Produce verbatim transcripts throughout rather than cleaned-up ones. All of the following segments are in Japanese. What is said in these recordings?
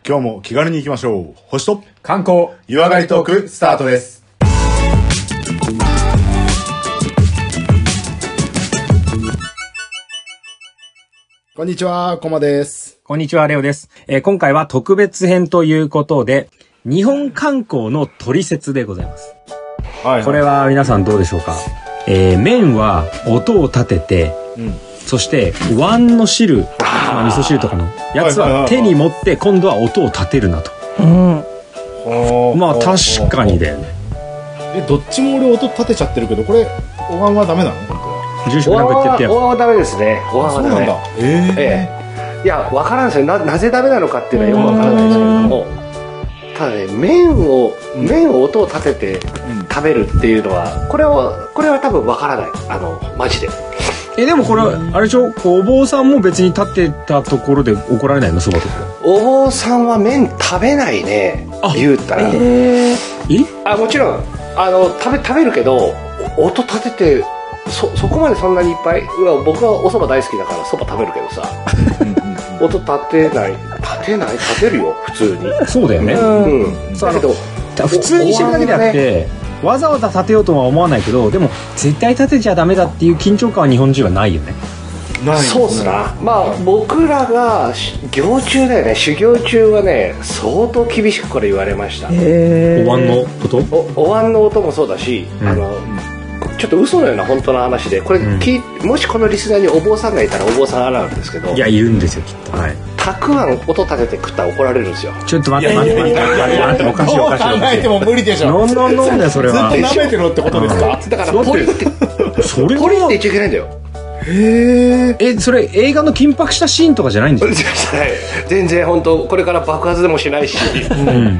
今日も気軽に行きましょう。星と観光湯上がりトークスタートです。 こんにちは、コマです。 こんにちは、レオです。えー、今回は特別編ということで、日本観光のトリセツでございます。はい、はい。これは皆さんどうでしょうか。えー、麺は音を立てて、うん、そして椀の汁、まあ、味噌汁とかのやつは手に持って今度は音を立てるなと。うん、まあ確かにだよね。 え、どっちも俺音立てちゃってるけど、これお椀はダメなの？本当は。 住職なんか言ってやってよ。 お椀はダメですね。お椀はダメ。そうなんだ。えー、ええ。いや、わからんですよ。な、なぜダメなのかっていうのはよくわからないですけれども、ただね、麺を、麺を音を立てて食べるっていうのは、これは、これは多分わからない。あの、マジで。 え、でもこれ、あれでしょ、お坊さんも別に立てたところで怒られないの？そばとか。 お坊さんは麺食べないね。言うたら。 えー、 あ、もちろん、あの、食べ、食べるけど、音立てて、そ、そこまでそんなにいっぱい、僕はお蕎麦大好きだから蕎麦食べるけどさ、音立てない、立てない、立てるよ、普通に。 そうだよね。うん。だけど、普通にしてるだけであって、わざわざ立てようとは思わないけど、でも、絶対立てちゃダメだっていう緊張感は日本人はないよね。 ない。そうっすな。まあ、僕らが、行中だよね、修行中はね、相当厳しくこれ言われました。 お椀の音？ お、お椀の音もそうだし、うん、あの、ちょっと嘘のような本当の話で、これ、うん、もしこのリスナーにお坊さんがいたらお坊さんあるあるんですけど、 いや、いるんですよきっと。はい。 たくあん音立てて食ったら怒られるんですよ。 ちょっと待って待って待って待っておかしいおかしい。 考えても無理でしょ。 ノンノンノンだよそれは。 ずっと舐めてろってことですか？ だからポリってそれポリって言っちゃいけないんだよ。 へえ。え、それ映画の緊迫したシーンとかじゃないんですか？ 全然本当これから爆発でもしないし。うん、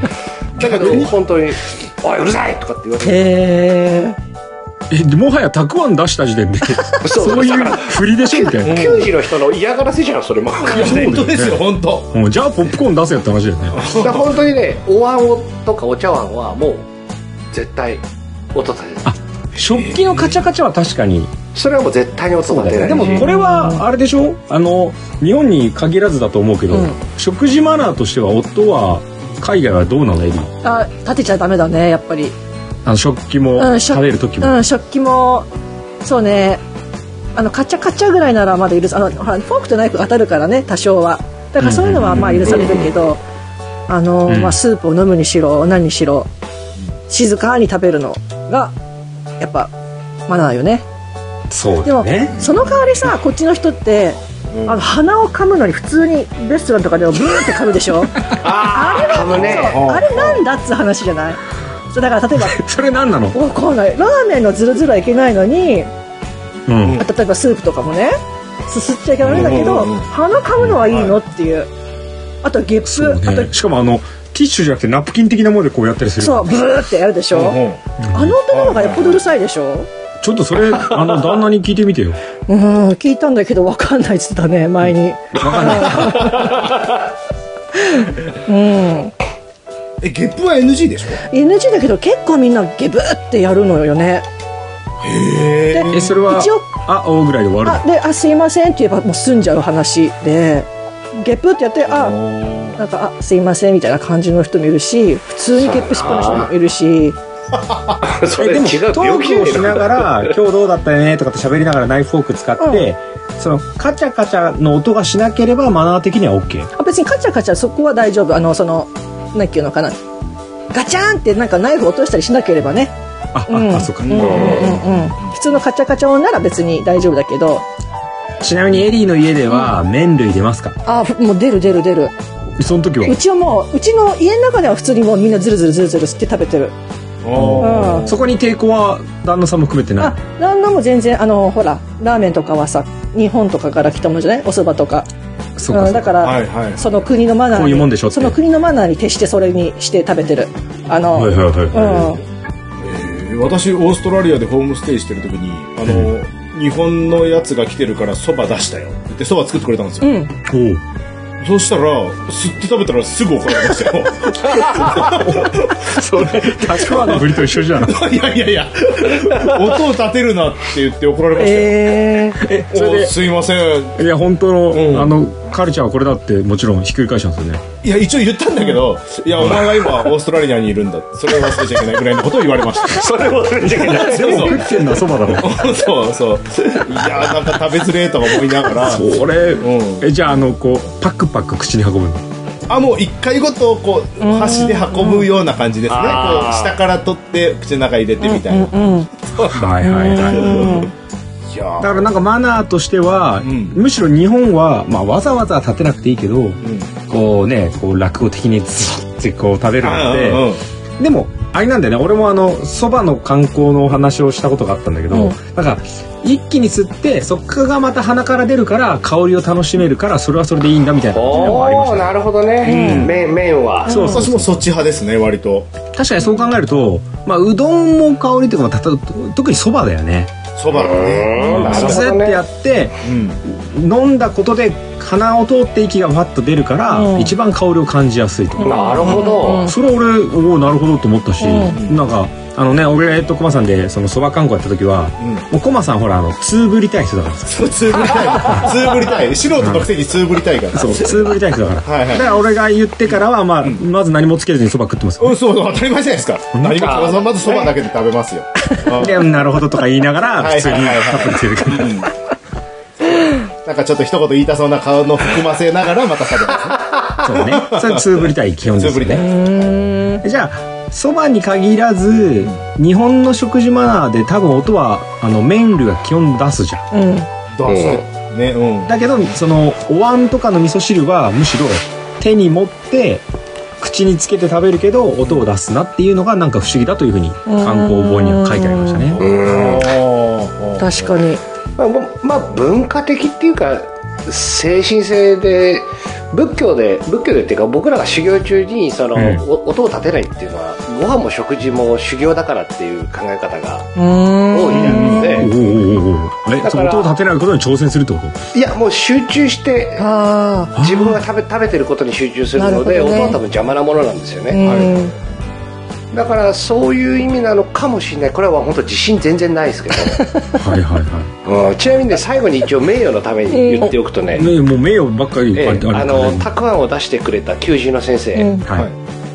だけど本当においうるさいとかって言われて。へえ。え、もはやたくあん出した時点でそう、そういう振りでしょみたいな。 球児の人の嫌がらせじゃんそれも。 いや本当ですよ本当。 もうじゃあポップコーン出せよって話だよね。 だ本当にね、お椀とかお茶碗はもう絶対音立てる。 あ、食器のカチャカチャは確かに。 それはもう絶対に音が出ない。 でもこれはあれでしょ、あの日本に限らずだと思うけど、うん、食事マナーとしては音は海外はどうなの？エリー。 あ、立てちゃダメだねやっぱり。 あの食器も、うん、食べる時も、 うん、食器もそうね、あのカチャカチャぐらいならまだ許す。あのフォークとナイフが当たるからね多少は。だからそういうのはまあ許されるけど、あの、うん、まあ、スープを飲むにしろ何にしろ静かに食べるのがやっぱマナーよね。 そうだね。でもその代わりさ、こっちの人ってあの鼻を噛むのに普通にレストランとかでもブーって噛むでしょ。あれは、ね、あれなんだっつう話じゃない。そうだから例えばそれ何なの？ 分かんない。ラーメンのズルズルはいけないのに、うん、例えばスープとかもねすすっちゃいけないんだけど、うんうんうん、鼻噛むのはいいのっていう。あとゲップ、 ね、あとしかもあのティッシュじゃなくてナプキン的なものでこうやったりする。 そうブーってやるでしょ、うんうん、あの音の方がよっぽどうるさいでしょ。 ちょっとそれあの旦那に聞いてみてよ。 うん、聞いたんだけど分かんないっつったね前に。分かんない。うん。 え、ゲップは エヌジー でしょ？ エヌジー だけど結構みんなゲブってやるのよね。 へー。え、それは一応あ、おぐらいで終わる。 あ、で、あ、すいませんって言えばもう済んじゃう話で、ゲップってやってあ、なんかあ、すいませんみたいな感じの人もいるし、普通にゲップしっぱなしの人もいるし。 それ違う。 トークをしながら今日どうだったよねとかって喋りながらナイフフォーク使って、うん、そのカチャカチャの音がしなければマナー的には OK。 あ、別にカチャカチャそこは大丈夫。あのそのなんていうのかな、ガチャンってなんかナイフ落としたりしなければね。 あ、うん、あ、あ、そうか、うんうんうんうん、 普通のカチャカチャ音なら別に大丈夫だけど。 ちなみにエリーの家では麺類出ますか？ あ、もう出る出る出る。 その時はうちはもううちの家の中では普通にもうみんなズルズルズルズル吸って食べてる。 うん、そこに抵抗は旦那さんも含めてない？ あ、旦那も全然あのほらラーメンとかはさ日本とかから来たものじゃない、お蕎麦とか。そうか、うん、だから、はいはい、その国のマナーに、こういうもんでしょって、その国のマナーに徹してそれにして食べてる。あの、はいはいはいはい、 うん、えー、私オーストラリアでホームステイしてる時にあの、うん、日本のやつが来てるからそば出したよってそば作ってくれたんですよ。うん、おう。そしたら吸って食べたらすぐ怒られましたよ。 それたくあんの振りと一緒じゃん。 いやいやいや、音を立てるなって言って怒られましたよ。えー、え、それですいません。 いや本当の、うん、あのカルチャーはこれだってもちろんひっくり返したんですよね。 いや一応言ったんだけど、いやお前は今オーストラリアにいるんだ、それを忘れちゃいけないぐらいのことを言われました。 それを忘れちゃいけない。 でも食ってんのはそばだろ。 そうそう。いやなんか食べづれーとか思いながら。 それ、うん、えじゃああのこうパクパク口に運ぶの？ あもう一回ごとこう箸で運ぶような感じですね。こう下から取って口の中入れてみたいな。 はいはいはい。だからなんかマナーとしては、うん、むしろ日本は、まあ、わざわざ立てなくていいけど、うん、こうねこう落語的にずってこう食べるので、うんうん、でもあれなんだよね、俺もあのそばの観光のお話をしたことがあったんだけど、うん、なんか一気に吸ってそっからまた鼻から出るから香りを楽しめるからそれはそれでいいんだみたいなのもありました、ね、 なるほどね、うん、麺, 麺はそうそうそう、私もそっち派ですね割と。 確かにそう考えると、まあ、うどんも香りというか特にそばだよね。 そばだね。 させってやって、うん、飲んだことで鼻を通って息がファッと出るから、うん、一番香りを感じやすいと。 なるほど。 それは俺おなるほどと思ったし、うん、なんかあのね俺とコマさんでそのそば観光やった時は、うん、もうコマさんほらあのつぶりたい人だからさ。 そうつぶりたい。つぶりたい。素人のくせにつぶりたいから。 そうつぶりたい人だから。はいはい、だから俺が言ってからはまあ、うん、まず何もつけずにそば食ってます、ね。 うんそう当たり前じゃないですか。何もつけずまずそばだけで食べますよ。 でなるほどとか言いながら普通にカップにつけるから。 なんかちょっと一言言いたそうな顔の含ませながらまた食べます。 そうね。それつぶりたい基本ですね。じゃあそばに限らず日本の食事マナーで多分音はあの麺類が基本出すじゃん。うん、出すね。うん。 だけどそのお椀とかの味噌汁はむしろ手に持って口につけて食べるけど音を出すなっていうのがなんか不思議だというふうに観光本には書いてありましたね。 うん確かに。 まあ、まあ文化的っていうか精神性で仏教で仏教でっていうか僕らが修行中にその、うん、音を立てないっていうのはご飯も食事も修行だからっていう考え方が多いので、 だから音を立てないことに挑戦するってこと？ いやもう集中して自分が食べ、食べてることに集中するので、ね、音は多分邪魔なものなんですよね。はいだからそういう意味なのかもしれない。これは本当自信全然ないですけどはいはいはい、 うん、ちなみにね最後に一応名誉のために言っておくとね、 えー、もう名誉ばっかり、 えー、あのたくあんを出してくれた給仕の先生、うん、はい、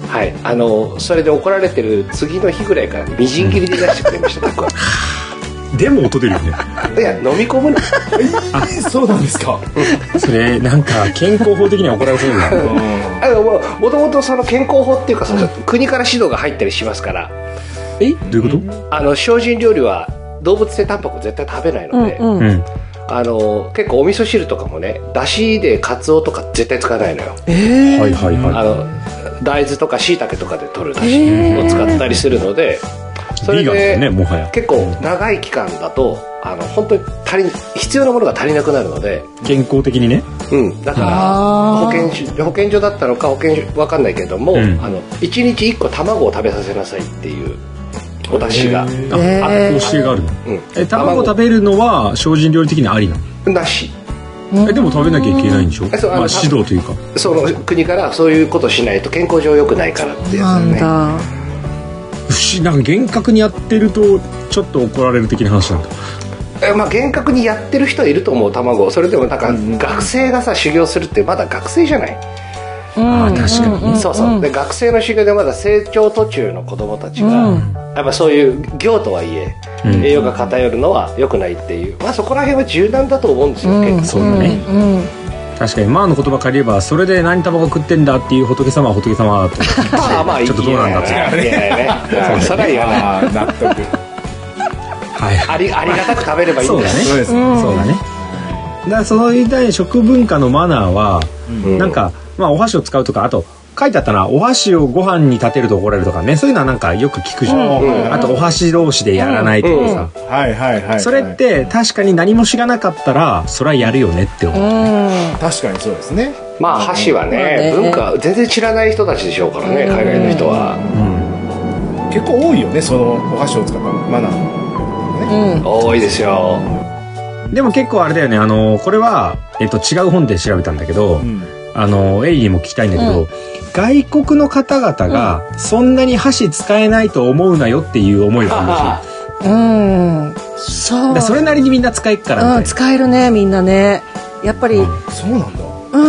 はい、あのそれで怒られてる次の日ぐらいからみじん切りで出してくれましたたくあんでも音出るよね。 いや飲み込むのあそうなんですか。 それなんか健康法的には怒られそうだあのもともとその健康法っていうかその国から指導が入ったりしますから。 えどういうこと？ あの精進料理は動物性タンパク絶対食べないので、うんうん、あの結構お味噌汁とかもねだしでカツオとか絶対使わないのよ。 えー、はいはいはい。 あの大豆とか椎茸とかで取るだしを使ったりするので、それで、ね、もはや結構長い期間だとあの本当に足り必要なものが足りなくなるので健康的にね、 うん、だから保健所保健所だったのか保健所分かんないけども、うん、あのいちにちいっこ卵を食べさせなさいっていうお出汁があって教えがあるの、うん、え卵食べるのは精進料理的にありなの？なし。 えでも食べなきゃいけないんでしょ？まあ、指導というかその国からそういうことしないと健康上良くないからってやつだね。 不思議なんか厳格にやってるとちょっと怒られる的な話なんだ。 え、まあ、厳格にやってる人はいると思う。卵それでもなんか学生がさ修行するってまだ学生じゃない？ あ確かに、 そうそうで学生の修行でまだ成長途中の子供たちが、うん、やっぱそういう行とはいえ、うん、栄養が偏るのは良くないっていう、まあ、そこら辺は柔軟だと思うんですよ、うん、結構そうだね、うんうん、確かにマーの言葉借りればそれで何卵食ってんだっていう仏様は仏様だとあまあちょっとどうなんだって言えないねそれは言わない納得はい、あり、ありがたく食べればいいんだよね。 そうですね、うん、そうだね。だからそういう食文化のマナーは、うん、なんかまあお箸を使うとか、あと書いてあったな、お箸をご飯に立てると怒られるとかね、そういうのはなんかよく聞くじゃん、うん、あとお箸同士でやらないとかさ、 うんうん、はいはいはい、 それって確かに何も知らなかったらそれはやるよねって思う、 うん、確かにそうですね。 まあ箸はね、うん、文化全然知らない人たちでしょうからね、海外の人は、 うん、結構多いよね、そのお箸を使ったマナーね、うん、多いですよ。 でも結構あれだよね、あのこれは、えっと、違う本で調べたんだけど、うん、あのエイリーも聞きたいんだけど、うん、外国の方々がそんなに箸使えないと思うなよっていう思いがあるらしい。うんそうだ、それなりにみんな使えっからみたいな、 うん、使えるねみんなねやっぱり、 うん、そうなんだ。 うん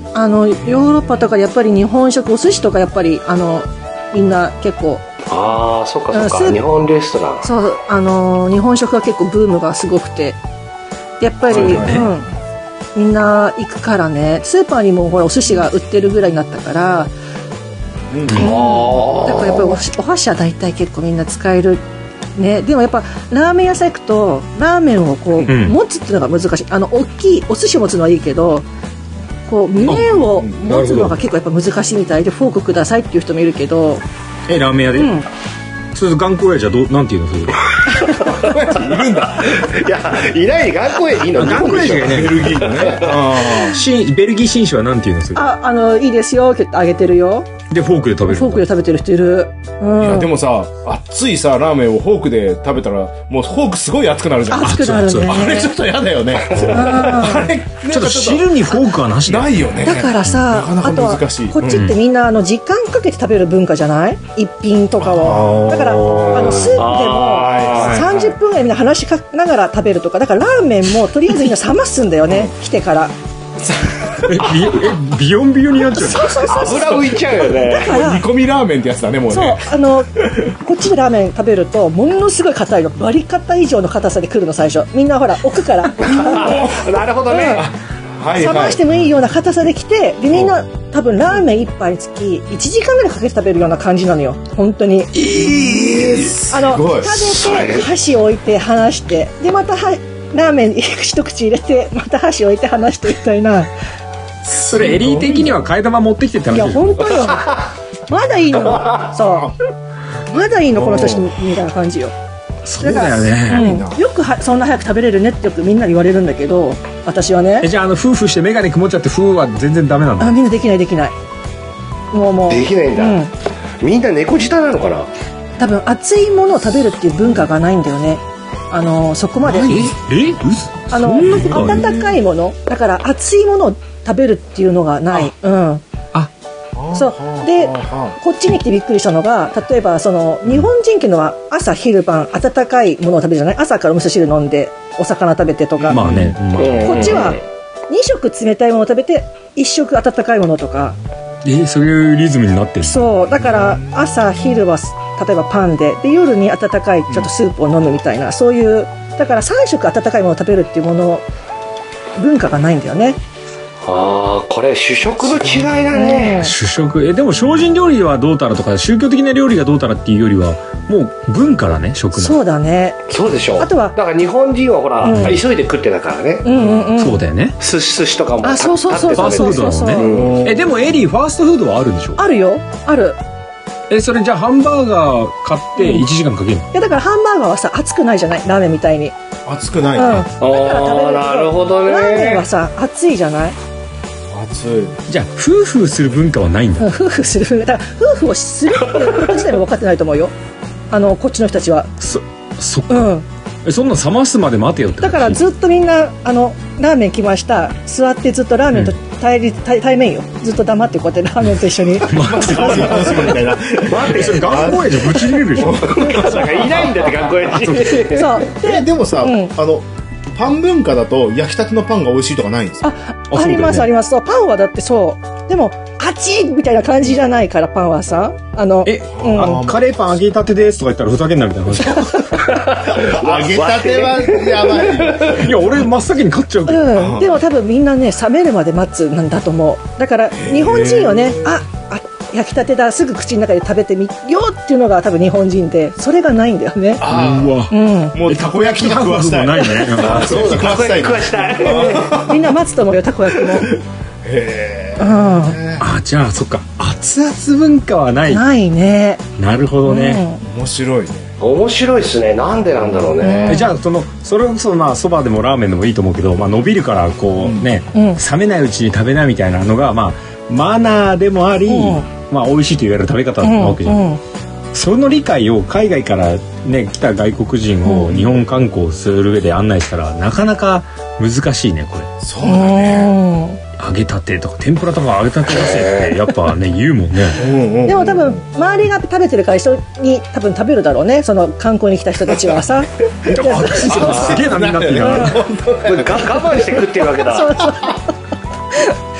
あのヨーロッパとかやっぱり日本食、お寿司とかやっぱりあのみんな結構、 ああそっかそっか、日本レストラン、 そうあの日本食は結構ブームがすごくて、やっぱり、ね、うん、みんな行くからね。スーパーにもほらお寿司が売ってるぐらいになったから、うん、だからやっぱりお箸は大体結構みんな使えるね。でもやっぱラーメン屋さん行くとラーメンをこう、うん、持つっていうのが難しい。あの大きいお寿司持つのはいいけど、こう麺を持つのが結構やっぱ難しいみたいで、フォークくださいっていう人もいるけど。 えラーメン屋で、うん、それ頑固親父はどうなんていうのそれいるんだ。 いやいない、頑固親父いいの。 頑固親父がねベルギーのねあしベルギー紳士はなんていうのそれ。 ああのいいですよってあげてるよ。 でフォークで食べる。 フォークで食べてる人いる、 うん、いやでもさ熱いさラーメンをフォークで食べたらもうフォークすごい熱くなるじゃん。 熱くなるね。 あれちょっと嫌だよね。あれちょっと汁にフォークはなしないよね。 だからさ、 なかなか難しい。 こっちってみんなあの時間かけて食べる文化じゃない、一品とかを。だからあのスープでもさんじゅっぷんぐらいみんな話しかながら食べるとか。だからラーメンもとりあえずみんな冷ますんだよね来てからえビヨンビヨンになっちゃう。 そうそうそう油浮いちゃうよね。 だから煮込みラーメンってやつだねもうね。 そうあのこっちでラーメン食べるとものすごい硬いの、バリ硬以上の硬さで来るの最初。みんなほら置くからなるほどね、 うん、冷ましてもいいような硬さで来て、でみんな多分ラーメン一杯につきいちじかんぐらいかけて食べるような感じなのよ本当に。 えー、 あの食べて箸置いて離してでまたはラーメン一口入れてまた箸置いて離してみたいな。 それエリー的には替え玉持ってきてって話。 いや本当よまだいいのそうまだいいのこの年みたいな感じよ。 そうだよね、 うん、よくはそんな早く食べれるねってよくみんなに言われるんだけど、私はね。 えじゃああの夫婦して眼鏡曇っちゃって夫婦は全然ダメなんだ。 あみんなできないできないもうもうできないんだ、うん、みんな猫舌なのかな。 多分熱いものを食べるっていう文化がないんだよね。あのそこまで。 ええあの温かいものだから熱いものを食べるっていうのがない。うん。 あそうでこっちに来てびっくりしたのが、例えばその日本人っていうのは朝昼晩温かいものを食べるじゃない。朝からお味噌汁飲んでお魚食べてとか。 まあね、まあ、こっちはに食冷たいものを食べていち食温かいものとか。 えそういうリズムになってる。 そうだから朝昼は例えばパンで、で夜に温かいちょっとスープを飲むみたいな、そういうだからさん食温かいものを食べるっていうもの文化がないんだよね。 ああこれ主食の違いだね。 主食えでも精進料理はどうたらとか宗教的な料理がどうたらっていうよりはもう文化だね食の。 そうだね。 そうでしょ。 あとはだから日本人はほら、うん、急いで食ってたからね、 うんうんうん、 そうだよね。 寿司寿司とかもあそうそうそうそうそうそうそう、 ね、えでもエリーファーストフードはあるんでしょ。 あるよある。 えそれじゃあハンバーガー買っていちじかんかけるの、うん、 いやだからハンバーガーはさ熱くないじゃないラーメンみたいに。 熱くない、 うん、だから食べれるけどなるほどね。 ラーメンはさ熱いじゃない。 熱い。 じゃあ夫婦する文化はないんだ。 夫婦するだから夫婦をするっていうこと自体も分かってないと思うよあのこっちの人たちは。 そそっか、 うん、 えそんな冷ますまで待てよってだからずっとみんなあのラーメン来ました座ってずっとラーメンと対立、うん、対, 対面よずっと黙ってこうやってラーメンと一緒に待って待ってみたいな待ってそれ頑固親父ぶち入れるでしょいないんだって頑固親父そうで, でもさ、うん、あのパン文化だと焼きたてのパンが美味しいとかないんですか。 あ, あります、ね、あります。そうパンはだってそうでも熱いみたいな感じじゃないからパンはさあのえ、うん、あのカレーパン揚げたてですとか言ったらふざけんなみたいな揚げたてはやばいいや俺真っ先に買っちゃうけど、 うん、でも多分みんなね冷めるまで待つなんだと思う。だから日本人よねああ焼きたてだすぐ口の中で食べてみようっていうのが多分日本人でそれがないんだよね。 あうわ、 うん、 もうたこ焼きとか食わしたいないんだねあそうだたこ焼き食わしたいみんな待つと思うよたこ焼きもへー、 うん、 あじゃあそっか熱々文化はないないね。 なるほどね、 うん、面白いね。 面白いですね。なんでなんだろうね、 うん、じゃあそのそれこそまあそばでもラーメンでもいいと思うけど、まあ、伸びるからこうね、うん、冷めないうちに食べないみたいなのがまあマナーでもあり、うんまあ、美味しいと言われる食べ方なわけじゃん、うんうん、その理解を海外からね来た外国人を日本観光する上で案内したら、うん、なかなか難しいねこれ。 そうだね。 揚げたてとか天ぷらとか揚げたて出せってやっぱね言うもんねうん、でも多分周りが食べてるから一緒に多分食べるだろうねその観光に来た人たちはさすげえなみんなっていう我慢して食ってるわけだ。そうそう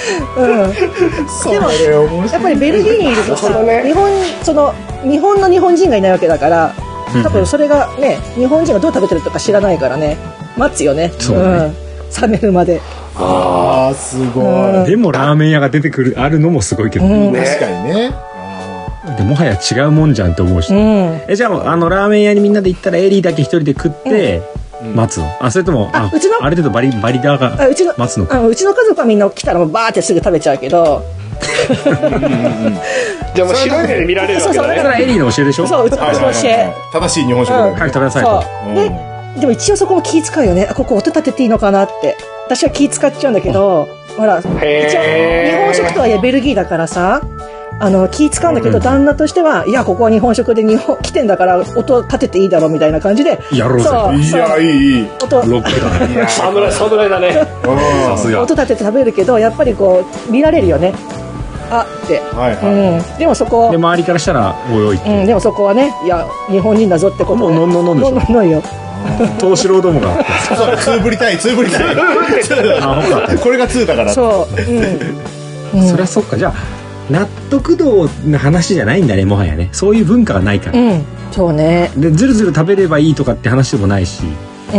でもやっぱりベルギーにいるとさ、ね、日本その日本の日本人がいないわけだから多分それがね日本人がどう食べてるとか知らないからね待つよね、そうね、うん、冷めるまで。 あーすごい、 うん、でもラーメン屋が出てくるあるのもすごいけど、うん、 確かにね。 でもはや違うもんじゃんって思うし、うん、えじゃあ、あのラーメン屋にみんなで行ったらエリーだけ一人で食って待つの、うん、あそれとも あ, あ, うちのある程度バリバリダーが待つのか。 あうちの家族はみんな来たらもうバーってすぐ食べちゃうけどじゃあもう白い目で見られるわけだね。 そうそうそれからエリーの教えでしょ。 そううちの教え正しい日本食だよね。 はい食べなさいと。 ででも一応そこも気使うよね。ここ音立てていいのかなって私は気使っちゃうんだけど、ほら一応日本食とはいえベルギーだからさあの気使うんだけど、うん、旦那としてはいやここは日本食で日本来てんだから音立てていいだろうみたいな感じでやろうぜ。 いやいいいい音ロックだね。 侍侍だね。 さすが。音立てて食べるけどやっぱりこう見られるよね。あって、はいはいうん、でもそこで周りからしたらおいおいって、 うん、でもそこはねいや日本人だぞってことでもうのんのんのんでしょ。 のんのんのんよ。 東四郎どもがそうツーぶりたいツーぶりたいこれがツーだからそう、 うんうん、そりゃそっか。じゃあ納得度の話じゃないんだねもはやね。そういう文化がないから、 うん、そうね。 でずるずる食べればいいとかって話でもないし、 うん、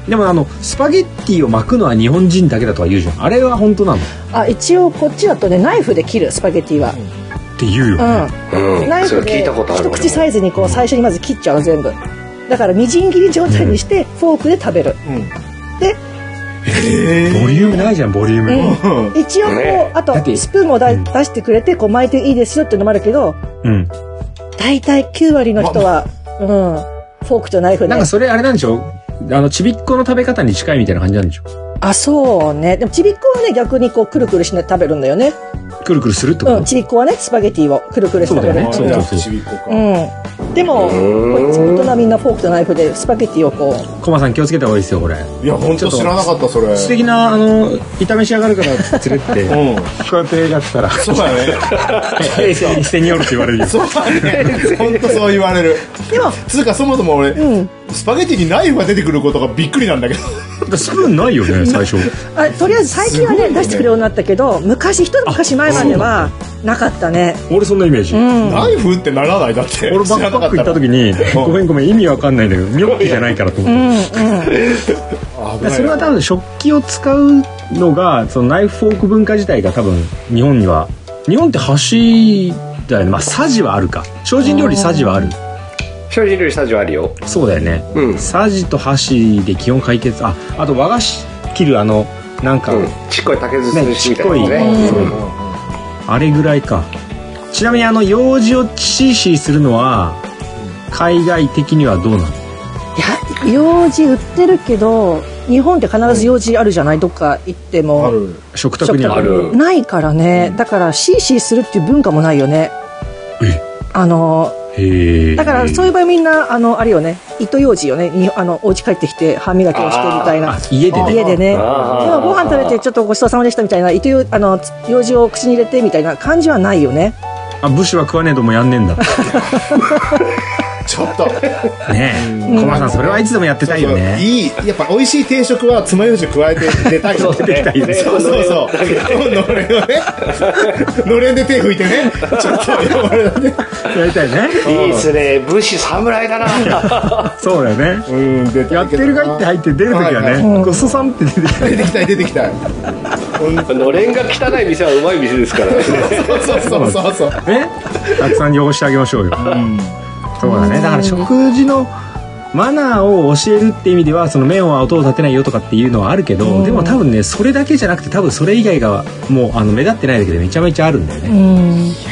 でもあのスパゲッティを巻くのは日本人だけだとは言うじゃん。あれは本当なの？ あ一応こっちだとねナイフで切るスパゲッティは、うん、 って言うよね、 うん、 ナイフで一口サイズにこう最初にまず切っちゃうの全部だからみじん切り状態にしてフォークで食べる、うん、でボリュームないじゃんボリューム、うん、一応こう、ね、あとスプーンもだ、うん、出してくれてこう巻いていいですよっていうのもあるけど、うん、大体きゅう割の人は、ま、うん、フォークとナイフね。 なんかそれあれなんでしょあのちびっこの食べ方に近いみたいな感じなんでしょ。 あそうね。でもちびっこはね逆にこうくるくるしない食べるんだよね。 くるくるするってこと？ うん、ちびっこはねスパゲティをくるくるして食べる。 そうだよね。そうそうそう。 うん。でも大人みんなフォークとナイフでスパゲティをこう。 コマさん気をつけた方がいいですよこれ。 いや本当知らなかったそれ。 素敵なあの炒め仕上がるから連れてって、うん、こうやってやってたら。 そうだね。 平成に捨てによるって言われるよ。 そうだね。本当そう言われる。 でもつうかそもそも俺、うん、スパゲティにナイフが出てくることがびっくりなんだけど。 スプーンないよね最初。 あとりあえず最近はね出してくれるようになったけど昔一昔前まではなかったね。 俺そんなイメージ、うん、 ナイフってならないだって俺バックパック行った時にごめんごめん意味わかんないんだけどニョッキじゃないからと思って、うんうん、それは多分食器を使うのがそのナイフフォーク文化自体が多分日本には日本って箸だよね。まあさじはあるか精進料理さじはある。 精進料理さじはあるよ。 そうだよね、うん、さじと箸で基本解決。ああと和菓子切るあのなんか、うん、 ちっこい竹筒みたいなね、うん、 あれぐらいか。ちなみにあの楊枝をシーシーするのは海外的にはどうなの？ いや楊枝売ってるけど日本って必ず楊枝あるじゃない。どっか行っても、 うん、食卓にあるないからね。だからシーシーするっていう文化もないよね。 えあのへだからそういう場合みんなあのあれよね糸楊枝よねにあのお家帰ってきて歯磨きをしてみたいな家でね家でねでもご飯食べてちょっとごちそうさまでしたみたいな糸よあの楊枝を口に入れてみたいな感じはないよね。 あ武士は食わねえともやんねえんだちょっとねえコマさんそれはいつでもやってたいよね。 いいやっぱ美味しい定食は爪楊枝加えて出たいよ。 出てきたいよね。 そうそうそうのれんをねのれんで手拭いてねちょっとやりたいね。 いいっすね武士侍だな。 そうだよね。うん出やってるかいって入って出るときはねごちそうさんって出てきたい出てきたい出てきたい。 のれんが汚い店はうまい店ですからね。 そうそうそうそうそうねたくさん汚してあげましょうよ。うんそうだね。だから食事のマナーを教えるって意味ではその麺は音を立てないよとかっていうのはあるけど、うん、でも多分ねそれだけじゃなくて多分それ以外がもうあの目立ってないだけでめちゃめちゃあるんだよね。うん、いや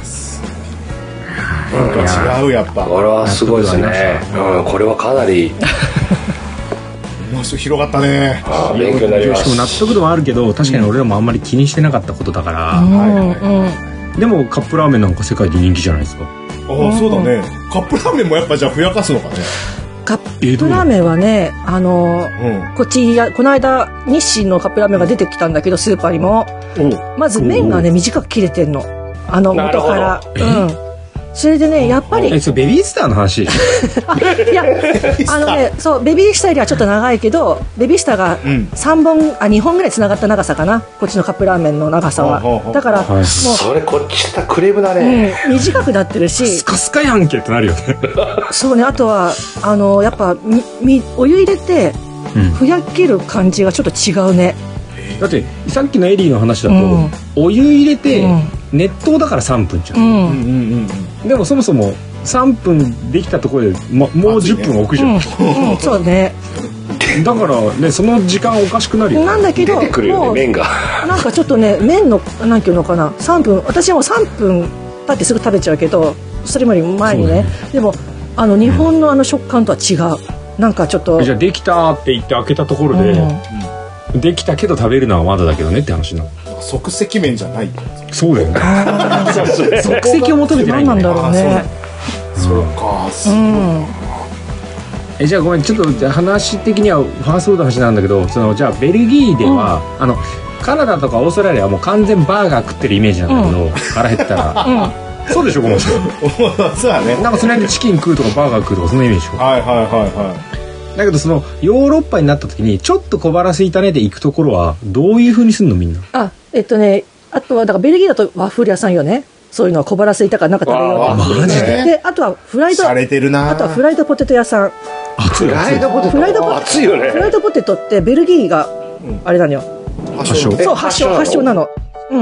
なんか違うやっぱこれはすごいですね、うん、これはかなり広がったね。 あ勉強になります。 しかも納得度もあるけど確かに俺らもあんまり気にしてなかったことだから、うんはいはい、でもカップラーメンなんか世界で人気じゃないですか。 ああそうだね。カップラーメンもやっぱじゃあふやかすのかね。 カップラーメンはねあの、うん、こっちやこの間日清のカップラーメンが出てきたんだけどスーパーにもまず麺がね短く切れてんのあの元から、うん、 それでねやっぱりえそれベビースターの話いやあのねそうベビースターよりはちょっと長いけどベビースターがさんぼん、うん、あにほんぐらいつながった長さかなこっちのカップラーメンの長さはだから、はい、もうそれこっちしたクレームだね、 うん、短くなってるしスカスカやんけってなるよねそうねあとはあのやっぱみみお湯入れてふやける感じがちょっと違うね、 うん、だってさっきのエリーの話だと、うん、お湯入れて、うん熱湯だからさんぷんじゃん、うんうんうんうん、でもそもそもさんぷんできたところで、ま、もうじゅっぷん置くじゃん、うんうん、そうねだからねその時間おかしくなるよなんだけど出てくるよね麺がなんかちょっとね麺のなんていうのかなさんぷん私はもうさんぷん経ってすぐ食べちゃうけどそれより前に ね, ねでもあの日本のあの食感とは違うなんかちょっとじゃあできたって言って開けたところで、うん、できたけど食べるのはまだだけどねって話なの即席麺じゃないそうだよね即席を求めてないんだね何なんだろうねそうかすごい、うん、 えじゃあごめんちょっと話的にはファーストフードの話なんだけどそのじゃあベルギーでは、うん、あのカナダとかオーストラリアはもう完全バーガー食ってるイメージなんだけど、うん、腹減ったら、うん、そうでしょごめんそうだねなんかその辺でチキン食うとかバーガー食うとかそんなイメージでしょはいはいはいはいだけどそのヨーロッパになった時にちょっと小腹空いたねで行くところはどういう風にすんのみんなあえっとねあとはだからベルギーだとワッフル屋さんよねそういうのは小腹空いたからなんか食べようマジでであとはフライド洒落てるなあとはフライドポテト屋さんフライドポテトフライドポテト熱いよねフライドポテトってベルギーがあれなのよ、 うん、発祥そう発祥発祥なのうん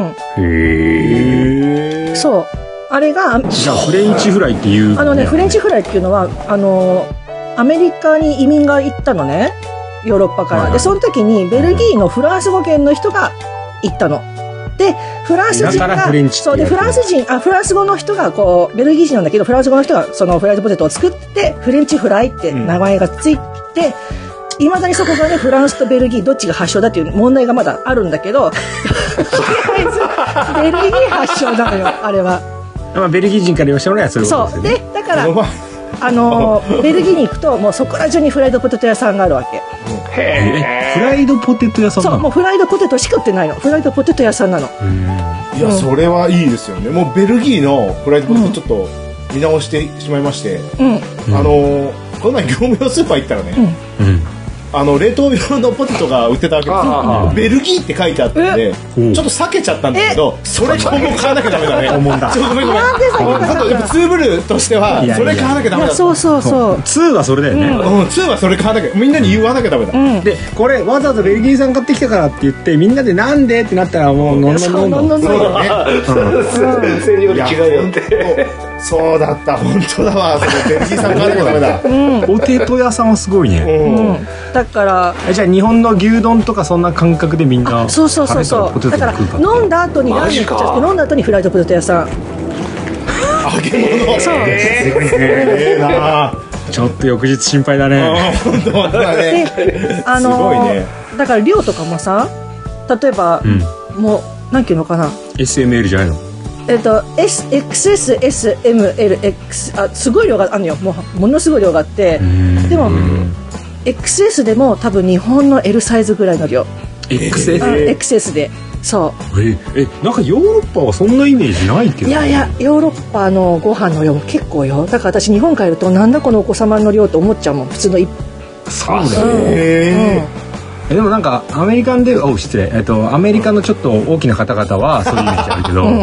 へえそうあれがじゃあフレンチフライっていうあのねフレンチフライっていうのはあのアメリカに移民が行ったのねヨーロッパから、はい、でその時にベルギーのフランス語圏の人が行ったのでフランス人がそうでフランス人あフランス語の人がこうベルギー人なんだけどフランス語の人がそのフライドポテトを作ってフレンチフライって名前がついていま、うん、だにそこがねフランスとベルギーどっちが発祥だっていう問題がまだあるんだけどとりあえずベルギー発祥なのよあれは、 まあ、ベルギー人から言わせてもらえばそういうことですよねそうでだからあのベルギーに行くともうそこら中にフライドポテト屋さんがあるわけ。 へーフライドポテト屋さんなの？ そうもうフライドポテトしか売ってないのフライドポテト屋さんなの。 いや、うん、それはいいですよね。もうベルギーのフライドポテトちょっと見直してしまいまして、うん、あのこの前業務用スーパー行ったらね、うんうんあの冷凍用のポテトが売ってたわけですよ。ベルギーって書いてあったんでちょっと避けちゃったんだけどそれ今後買わなきゃダメだね。ごめんごめんなんで避けたの？ツーブルとしてはそれ買わなきゃダメだった。 そうそうそうツーはそれだよね、 うんうん、ツーはそれ買わなきゃみんなに言わなきゃダメだ、 うん、でこれわざわざベルギー産買ってきたからって言ってみんなでなんでってなったらもう飲んどんどんどんそうだね戦により違うよってそうだった本当だわそのベルギー産買わなきゃダメだ、 うん、ポテト屋さんはすごいね、 うん、だからじゃあ日本の牛丼とかそんな感覚でみんなそうそうそうそうだから飲んだ後にラーメン食っちゃって飲んだ後にフライドポテト屋さん揚げ物そうええなちょっと翌日心配だね本当だねであのすごいねだから量とかもさ例えば、うん、もうなんていうのかなエスエムエル じゃないのえっと エックスエスエスエムエルエックス あすごい量があるのよもうものすごい量があってでもエックスエス でも多分日本の L サイズぐらいの量エックスエス? うん、エックスエス でそうええなんかヨーロッパはそんなイメージないけどいやいやヨーロッパのご飯の量も結構よだから私日本帰るとなんだこのお子様の量って思っちゃうもん普通の一そうだね、うん、でもなんかアメリカンでお失礼、えっと、アメリカのちょっと大きな方々はそういうイメージあるけど、うん、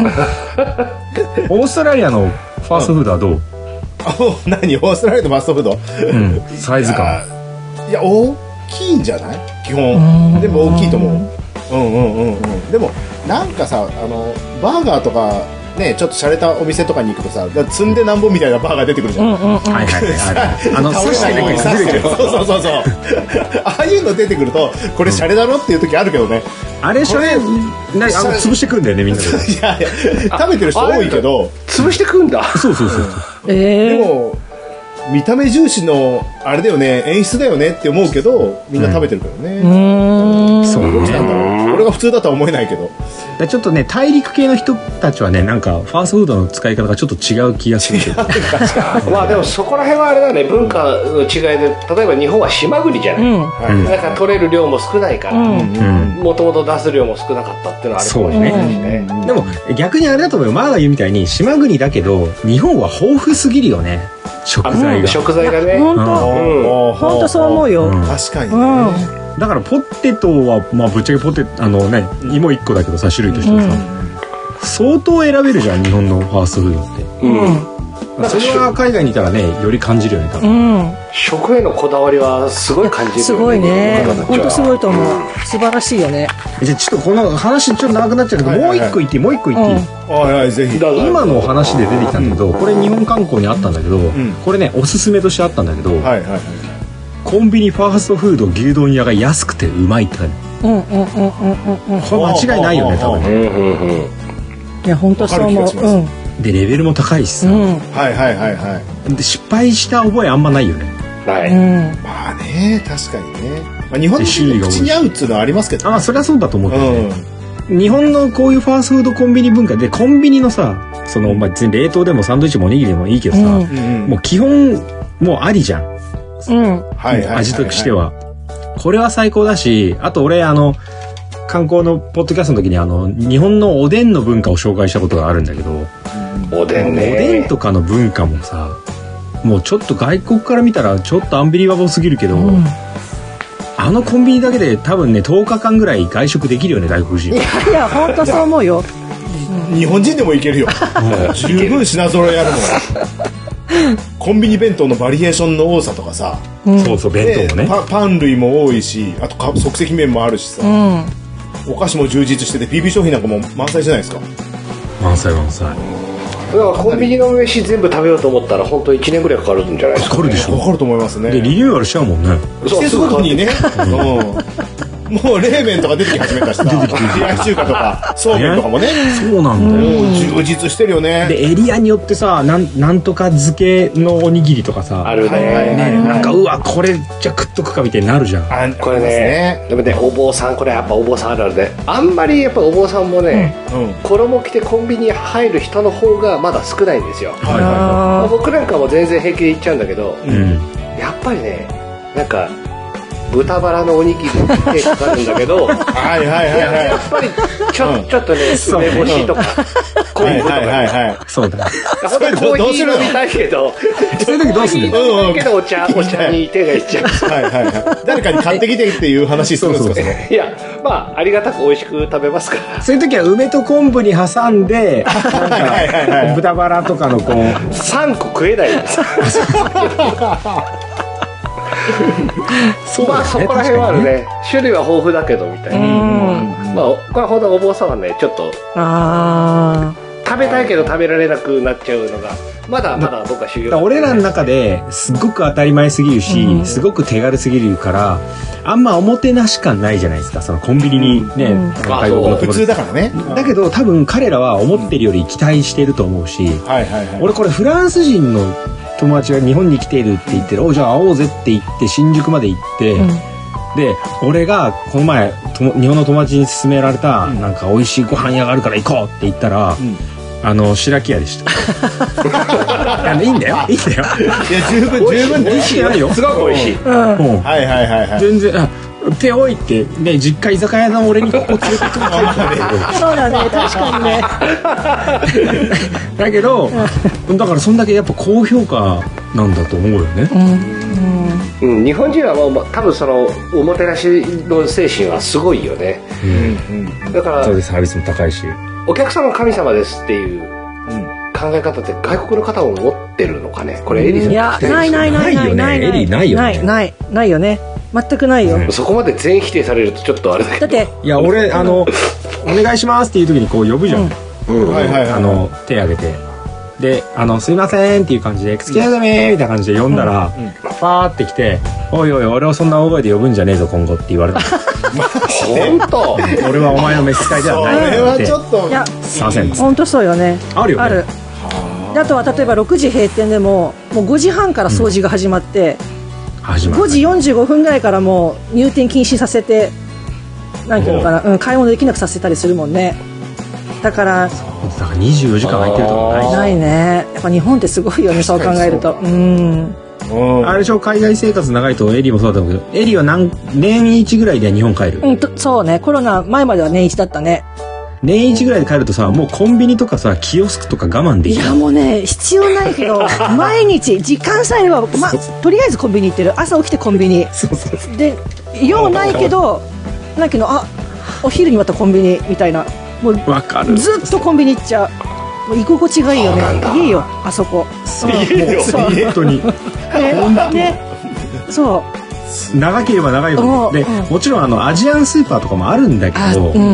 オーストラリアのファーストフードはどう？ あ何オーストラリアのファーストフード、 うん、サイズ感いや大きいんじゃない基本でも大きいと思ううんうんうんうんでもなんかさあのバーガーとかねちょっと洒落たお店とかに行くとさ積んでなんぼみたいなバーガー出てくるじゃん、うんうんうん、はいはいはいあの刺してないから刺してるそうそうそうそうああいうの出てくるとこれ洒落だろっていう時あるけどね、 うん、あれそれなあの潰してくんだよねみんなでいやいや食べてる人多いけど潰してくんだそうそうそう、 えー、 でも見た目重視のあれだよね演出だよねって思うけどみんな食べてるからね、 うんそうどっちなんだろう俺れが普通だとは思えないけど。 ちょっとね、大陸系の人たちはね、なんかファーストフードの使い方がちょっと違う気がするけどまあでもそこら辺はあれだね、文化の違いで、例えば日本は島国じゃない、うん、だから取れる量も少ないから、もともと出す量も少なかったっていうのはあるかもしれないしね、 うん、でも逆にあれだと思うよ、マーが言うみたいに島国だけど日本は豊富すぎるよね、食材が。 食材がね、 本当、本当そう思うよ。 確かにね。 だからポテトはまあぶっちゃけポテトあのね芋いっこだけどさ、種類としてはさ、相当選べるじゃん日本のファーストフードって。うん。それは海外にいたらねより感じるよね多分。うん。 食へのこだわりはすごい感じるよね。 すごいね。本当すごいと思う。素晴らしいよね。 じゃあちょっとこの話ちょっと長くなっちゃうけど、もう一個言っていいもう一個言っていい。 はいはいぜひ。 今の話で出てきたんだけど、これ日本観光にあったんだけど、これねおすすめとしてあったんだけど。はいはいはい。コンビニファーストフード牛丼屋が安くてうまいって書いてある。うんうんうんうんうんうん。これ間違いないよね多分ね。 いや本当そう思う。 でレベルも高いしさ。 はいはいはいはい。 で失敗した覚えあんまないよね。 ない。 まあね確かにね。まあ日本の口に合うっていうのはありますけど。 ああそれはそうだと思ってね。日本のこういうファーストフードコンビニ文化でコンビニのさそのまあ別に冷凍でもサンドイッチもおにぎりでもいいけどさ、もう基本もうありじゃん。うん、味としてはこれは最高だし、あと俺あの観光のポッドキャストの時にあの日本のおでんの文化を紹介したことがあるんだけど、 おでんね、 おでんとかの文化もさもうちょっと外国から見たらちょっとアンビリバボーすぎるけど、うん、あのコンビニだけで多分ねとおかかんぐらい外食できるよね外国人。 いやいや本当そう思うよ。 日本人でもいけるよ十分品揃えあるもんコンビニ弁当のバリエーションの多さとかさ、 うん、そうそう弁当もねパ, パン類も多いし、あとか即席麺もあるしさ、うん、お菓子も充実してて ピービー 商品なんかも満載じゃないですか。 満載満載。 だからコンビニの飯全部食べようと思ったら本当いちねんぐらいかかるんじゃないですか、ね、 かかるでしょ。 かかると思いますね。 でリニューアルしちゃうもんね。 季節ごとにね、うん、もう冷麺とか出てき始めたしさ、冷やし中華とかそうめんとかもね、 そうなんだよ。 もう充実してるよね。 でエリアによってさ、なん、なんとか漬けのおにぎりとかさあるね、 ね、なんかうわこれじゃ食っとくかみたいになるじゃん。 あこれね、でもねお坊さんこれやっぱお坊さんあるあるで、あんまりやっぱお坊さんもね、うんうん、衣着てコンビニに入る人の方がまだ少ないんですよ。はいはいはい、僕なんかも全然平気で行っちゃうんだけど、うん、やっぱりねなんか豚バラのおにぎりに手かかるんだけどはいはいはい、はい、やっぱりちょ、うん、ちょっとね梅干しとか昆布とか、はいはいはい、そうだ本当にコーヒー飲みたいけどそういう時どうするの？ コーヒー飲みたいけどお茶お茶に手がいっちゃうはいはいはい、 誰かに買ってきてっていう話するんですか？そうそうそういやまあありがたく美味しく食べますからそういう時は梅と昆布に挟んでなんか豚バラとかのこうさんこ食えないんですそうね、まあそこら辺はあるね。種類は豊富だけどみたいな。まあこれほどお坊さんはねちょっとあ食べたいけど食べられなくなっちゃうのがまだまだ僕は修行。 俺らの中ですごく当たり前すぎるし、うん、すごく手軽すぎるからあんまおもてなし感ないじゃないですか。そのコンビニにね、うん、 外国の普通だからね。 だけど多分彼らは思ってるより期待してると思うし、うんはいはいはい、俺これフランス人の友達が日本に来ているって言ってる、おじゃあ会おうぜって言って新宿まで行って、うん、で俺がこの前と日本の友達に勧められた、うん、なんか美味しいご飯屋があるから行こうって言ったら、うん、あの白木屋でしたいやいいんだよいいんだよいや十分十分美味しいよすごく美味しい、うん、 はいはいはいはい全然手置いてね実家居酒屋の俺にここ連れてくるそうだね確かにねだけどだからそんだけやっぱ高評価なんだと思うよね、 うんうん、日本人はもう多分そのおもてなしの精神はすごいよね、 うんうん、だからそうですサービスも高いしお客様神様ですっていう考え方って外国の方も持ってるのかね。これエリーさんいやないないないないないエリーないよねないないないよね全くないよ、うん、 そこまで全否定されるとちょっとあれだけどだっていや俺あのお願いしますっていう時にこう呼ぶじゃん、うんうん、はいはいはい、あの手挙げてであのすいませんっていう感じで付き合いだめみたいな感じで呼んだら、うんうん、パーって来ておいおい俺をそんな大声で呼ぶんじゃねえぞ今後って言われた本当俺はお前の召使いではないそれはちょっといやすいません本当そうよねあるよねあるあとは例えばろくじ閉店でももうごじはんから掃除が始まって、うん、始まるごじよんじゅうごふんぐらいからもう入店禁止させてなんていうのかな、うん、買い物できなくさせたりするもんね。だからだからにじゅうよじかん空いてるとかないしないね。やっぱ日本ってすごいよね、そう考えると。うん。 あれでしょ、海外生活長いとエリーもそうだったけど、エリーは何年一ぐらいで日本帰る？ うんと、そうね、コロナ前までは年一だったね。 年一ぐらいで帰るとさ、もうコンビニとかさ、キオスクとか我慢できない。 いやもうね、必要ないけど毎日時間さえあれば、ま、とりあえずコンビニ行ってる。朝起きてコンビニそうそうそうで、用ないけどなんけど、あ、お昼にまたコンビニみたいな、もうわかる。 ずっとコンビニ行っちゃう。もう居心地がいいよね。いいよあそこ。 いいよ本当にねね、そう長ければ長いほどで、 うん、 もちろんあのアジアンスーパーとかもあるんだけど、うん、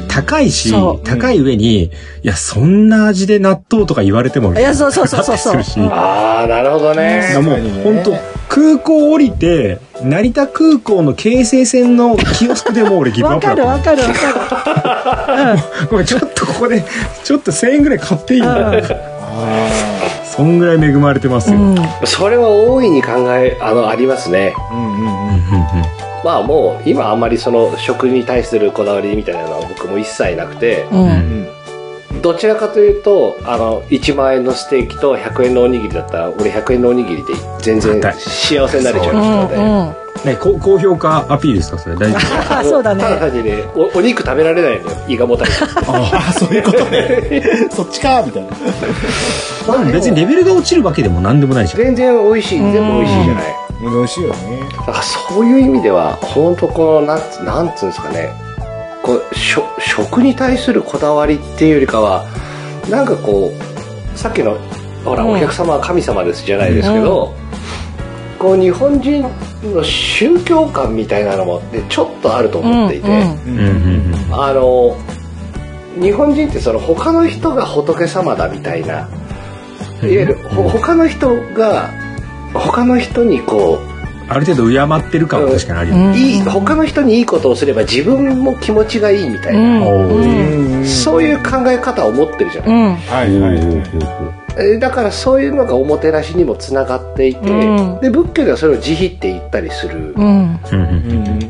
高いし高い上に、いやそんな味で納豆とか言われてもいやそうそうそうそうそうああなるほどね。 もう本当空港降りて成田空港の京成線のキオスクでも俺ギブアップだった。 わかるわかるわかる、うん、ごめんちょっとここでちょっとせんえんぐらい買っていいんだ、うんそんぐらい恵まれてますよ、うん、 それは大いに考えあのありますね。うんうんうんうん。まあもう今あんまりその食に対するこだわりみたいなのは僕も一切なくて、うんうん、どちらかというとあのいちまんえんのステーキとひゃくえんのおにぎりだったら俺ひゃくえんのおにぎりで全然幸せになれちゃう人で、うんうんね、高評価アピールですかそれ大丈夫そうだね。 ただ単にね お, お肉食べられないのよ、胃がもたれてああそういうことねそっちかみたいな別にレベルが落ちるわけでもなんでもないじゃん。 全然美味しい、全部美味しいじゃない。 美味しいよね。 だからそういう意味では本当このなんつなんつうんですかね、こう食に対するこだわりっていうよりかはなんかこうさっきのほら、うん、お客様は神様ですじゃないですけど、うん、こう日本人の宗教観みたいなのも、ね、ちょっとあると思っていて、うんうん、あの日本人ってその他の人が仏様だみたいな、いわゆる他の人が他の人にこうある程度敬ってる感は確かにあるよね、 うん、いい他の人にいいことをすれば自分も気持ちがいいみたいな、うん、そういう考え方を持ってるじゃない、うん、はいはいはい、だからそういうのがおもてなしにもつながっていて、うん、で仏教ではそれを慈悲って言ったりする、うん、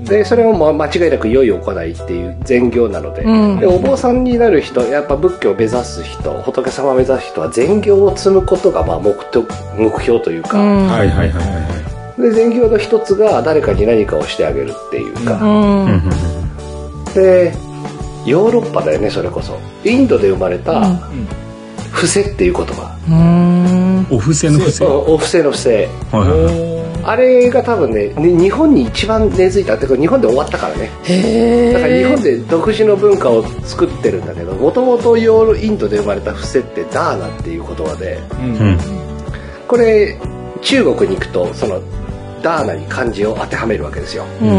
でそれも間違いなく良い行いっていう善行なので、うん、でお坊さんになる人、やっぱ仏教を目指す人、仏様を目指す人は善行を積むことがまあ 目, 目標というか、うん、はいはいはいはいで善行の一つが誰かに何かをしてあげるっていうか、うん、でヨーロッパだよね、それこそインドで生まれた伏せっていう言葉、 うん、お布施の伏せ、 お布施の伏せ、はいはいはい、あれが多分ね日本に一番根付いたって日本で終わったからね。へだから日本で独自の文化を作ってるんだけど、もともとインドで生まれた伏せってダーナっていう言葉で、うん、これ中国に行くとそのダーナに漢字を当てはめるわけですよ、うん、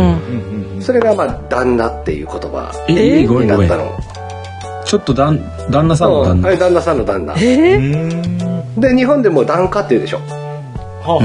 それがまあ旦那っていう言葉になったの。 ちょっとだん旦那さんの旦那、 はい、旦那さんの旦那、えー、で日本でも檀家っていうでしょ、うん、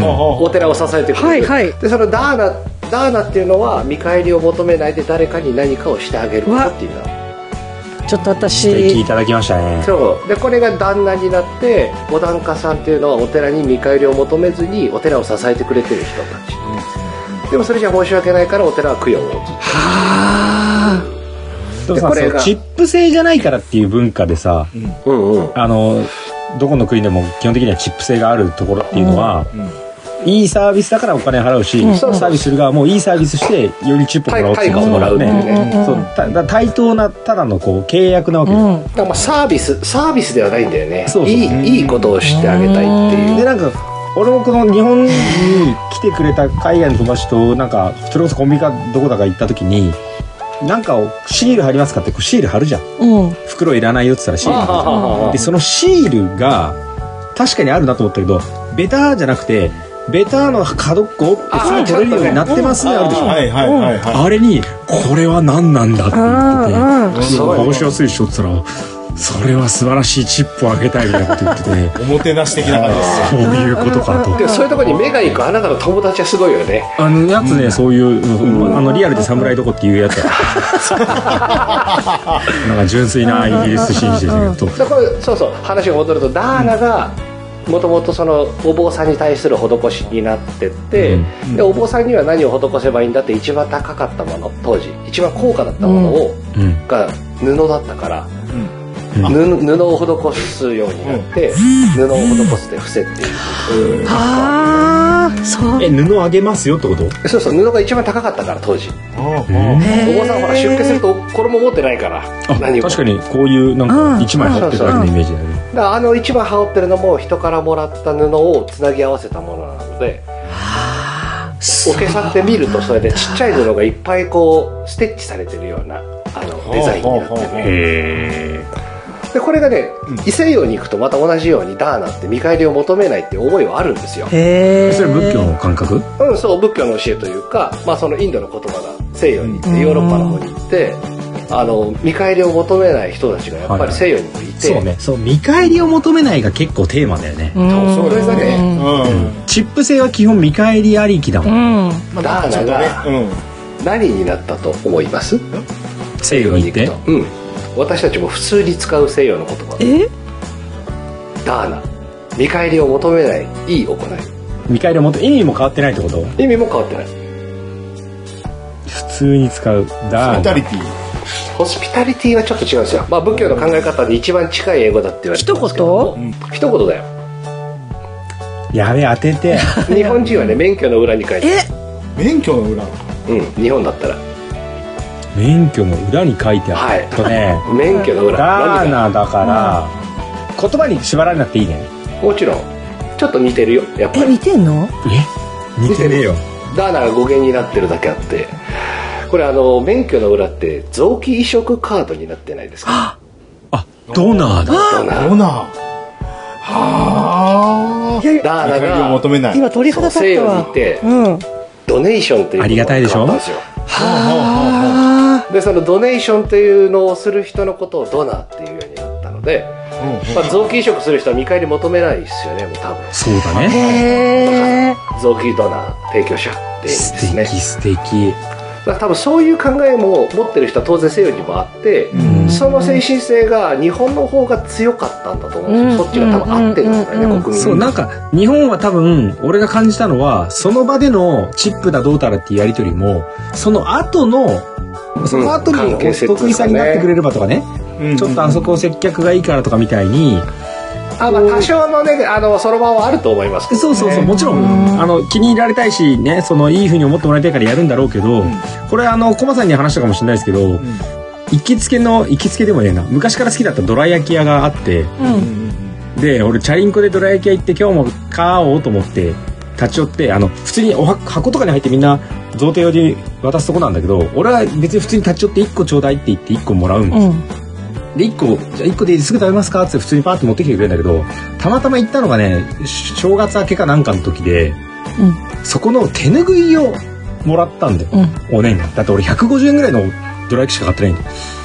お寺を支えてくれる、はいはい、でそのダーナダーナっていうのは見返りを求めないで誰かに何かをしてあげることっていうのはちょっと私聞いていただきましたね。 そうでこれが旦那になってお檀家さんっていうのはお寺に見返りを求めずにお寺を支えてくれてる人たち、うん、でもそれじゃ申し訳ないからお寺は供養をはあでこれがチップ制じゃないからっていう文化でさ、うんうんうん、あのどこの国でも基本的にはチップ制があるところっていうのは、うんうんいいサービスだからお金払うし、うん、サービスする側もいいサービスしてよりチップもらおうっていうのがね、そうた対等なただのこう契約なわけです、うん、 だからまあサービスサービスではないんだよね。そうそういいいいことをしてあげたいっていう。 でなんか俺もこの日本に来てくれた海外の友達となんかそれこそコンビニかどこだか行った時になんかをシール貼りますかってこうシール貼るじゃん、うん、袋いらないよって言ったらシール貼るじゃん。でそのシールが確かにあるなと思ったけどベタじゃなくてベターの角っこってすぐ取れるようになってますね、あるでしょ、はいはいはいはい、あれにこれは何なんだって言ってて倒しやすいでしょって言ったらそれは素晴らしいチップをあげたいみたいなこと言ってておもてなし的な感じです。 そういうことかと。 でそういうところに目が行くあなたの友達はすごいよね。 あのやつね、うん、そういう、うん、あのリアルで侍どこっていうやつなんか純粋なイギリス紳士ですけど、 うん、これそうそう話が戻るとダーナが、 もともとそのお坊さんに対する施しになってって、うん、でお坊さんには何を施せばいいんだって一番高かったもの、当時一番高価だったものを、うん、が布だったから、うん、布, 布を施すようになって、うん、布を施すで伏せっていう、 ああ、そう。 え、布あげますよってこと？ そうそう、布が一番高かったから当時。お坊さんほら出家すると衣持ってないから。 何確かにこういうなんか一枚羽織ってるだけのイメージだね。 だからあの一枚羽織ってるのも人からもらった布をつなぎ合わせたものなので、おけさって見るとそれでちっちゃい布がいっぱいこうステッチされてるようなあのデザインになってる。へー。でこれがね、異西洋に行くとまた同じようにダーナって見返りを求めないっていう思いはあるんですよ。 へー。それ仏教の感覚？ うん、そう、仏教の教えというか、まあそのインドの言葉が西洋に行ってヨーロッパの方に行って、あの見返りを求めない人たちがやっぱり西洋にもいて、 はいはい、そうね、そう見返りを求めないが結構テーマだよね。 そう、それだね、 うん、チップ制は基本見返りありきだもん。うん、 ダーナが、うん、何になったと思います？ 西洋に行って、 うん、私たちも普通に使う西洋の言葉。 え？ ダーナ、見返りを求めないいい行い。 見返りを求め、意味も変わってないってこと？ 意味も変わってない。 普通に使うダーナ。ホスピタリティ。 ホスピタリティはちょっと違うんですよ。まあ仏教の考え方で一番近い英語だって言われてますけど。一言？うん、一言だよ。 やべえ、当てて。 日本人はね、免許の裏に書いてある。 え？免許の裏？ うん、日本だったら。 免許の裏に書いてある、はい、とね免許の裏ダーナだから、うん、言葉に縛られなくていいね。 もちろんちょっと似てるよ、やっぱり。 え、似てんの？ え、似てねえよ。 ダーナが語源になってるだけあって、これあの免許の裏って臓器移植カードになってないですか？ あ、ドナーだ。 ドナー、ドナー。はあ、ダーナが求めない。 今鳥肌立ったわ。 西洋にいて、うん、ドネーションっていうのがありがたいでしょ。 はあ、でそのドネーションというのをする人のことをドナーっていうようになったので、うん、まあ、臓器移植する人は見返り求めないですよね、もう多分。 そうだね。 へー。臓器ドナー提供者っていうんですね。 素敵素敵。 だから多分そういう考えも持ってる人は当然西洋にもあって、うん、その精神性が日本の方が強かったんだと思うんですよ、うん、そっちが多分合ってるんですよね、うん、国民。 そうなんか日本は多分俺が感じたのはその場でのチップだどうたらっていうやり取りもその後のその後にお得意さんになってくれればとかね、うん、ちょっとあそこ接客がいいからとかみたいに。 あ、まあ多少のね、あのそろばんはあると思いますけどね。 そうそうそう、もちろんあの気に入られたいしね、そのいい風に思ってもらいたいからやるんだろうけど、うん、これあのコマさんに話したかもしれないですけど、うん、行きつけの行きつけでもねえな、昔から好きだったどら焼き屋があって、うん、で俺チャリンコでどら焼き屋行って今日も買おうと思って立ち寄って、あの普通におは箱とかに入ってみんな贈呈用に渡すとこなんだけど、俺は別に普通に立ち寄っていっこちょうだいって言っていっこもらうんですよ。うん、でいっこじゃあいっこですぐ食べますかって普通にパーって持ってきてくれるんだけど、たまたま行ったのがね正月明けかなんかの時で、うん、そこの手ぬぐいをもらったんだよ、うん、お年賀だって俺ひゃくごじゅうえんぐらいのどら焼きしか買ってないん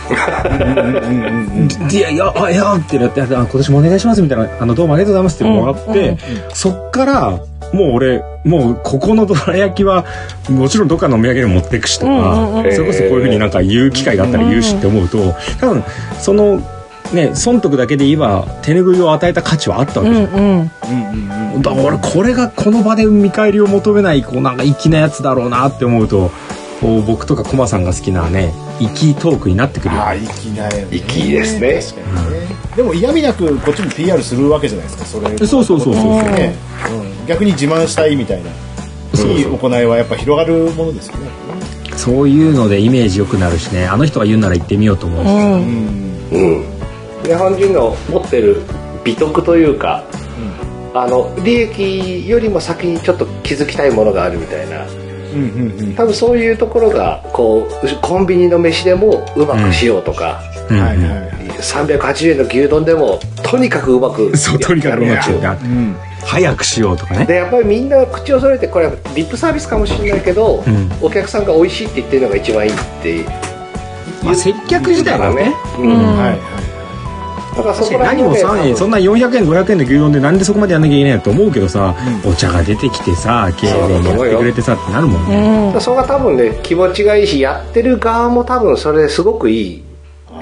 だよ。いやいやあいやってなって、今年もお願いしますみたいな、あのどうもありがとうございますってもらって、うんうんうん、そっからもう俺もうここのどら焼きはもちろんどっかのお土産に持ってくしとか、うんうんうん、それこそこういうふうになんか言う機会があったら言うしって思うと、多分そのね損得だけで言えば手拭いを与えた価値はあったわけですよ、うんうん、だから俺これがこの場で見返りを求めないこうなんか粋なやつだろうなって思うと、こう僕とかコマさんが好きなね粋トークになってくるよ。 ああ粋なよね。 粋ですね。 確かにね、うん、でも嫌味なくこっちも ピーアール するわけじゃないですか、それ。 そうそうそうそう、ね、 うん、逆に自慢したいみたいな、そういい行いはやっぱ広がるものですよね。 そういうのでイメージ良くなるしね、あの人が言うなら言ってみようと思うし、うんうん、日本人の持ってる美徳というか、うん、あの利益よりも先にちょっと気づきたいものがあるみたいな、うんうんうん、多分そういうところがこうコンビニの飯でもうまくしようとか、うん、はいはいはい、さんびゃくはちじゅうえんの牛丼でもとにかくうまくそうとにかくうまくしよう、うん、早くしようとかね。 でやっぱりみんな口を揃えて、これはリップサービスかもしれないけど、うん、お客さんが美味しいって言ってるのが一番いいってまあ、接客自体はね、うん、はいはい、 だからそこら何もさ、そんなよんひゃくえんごひゃくえんの牛丼でなんでそこまでやんなきゃいけないのと思うけどさ、うん、お茶が出てきてさ経営にやってくれてさってなるもんね。 うん、それが多分ね気持ちがいいし、やってる側も多分それすごくいい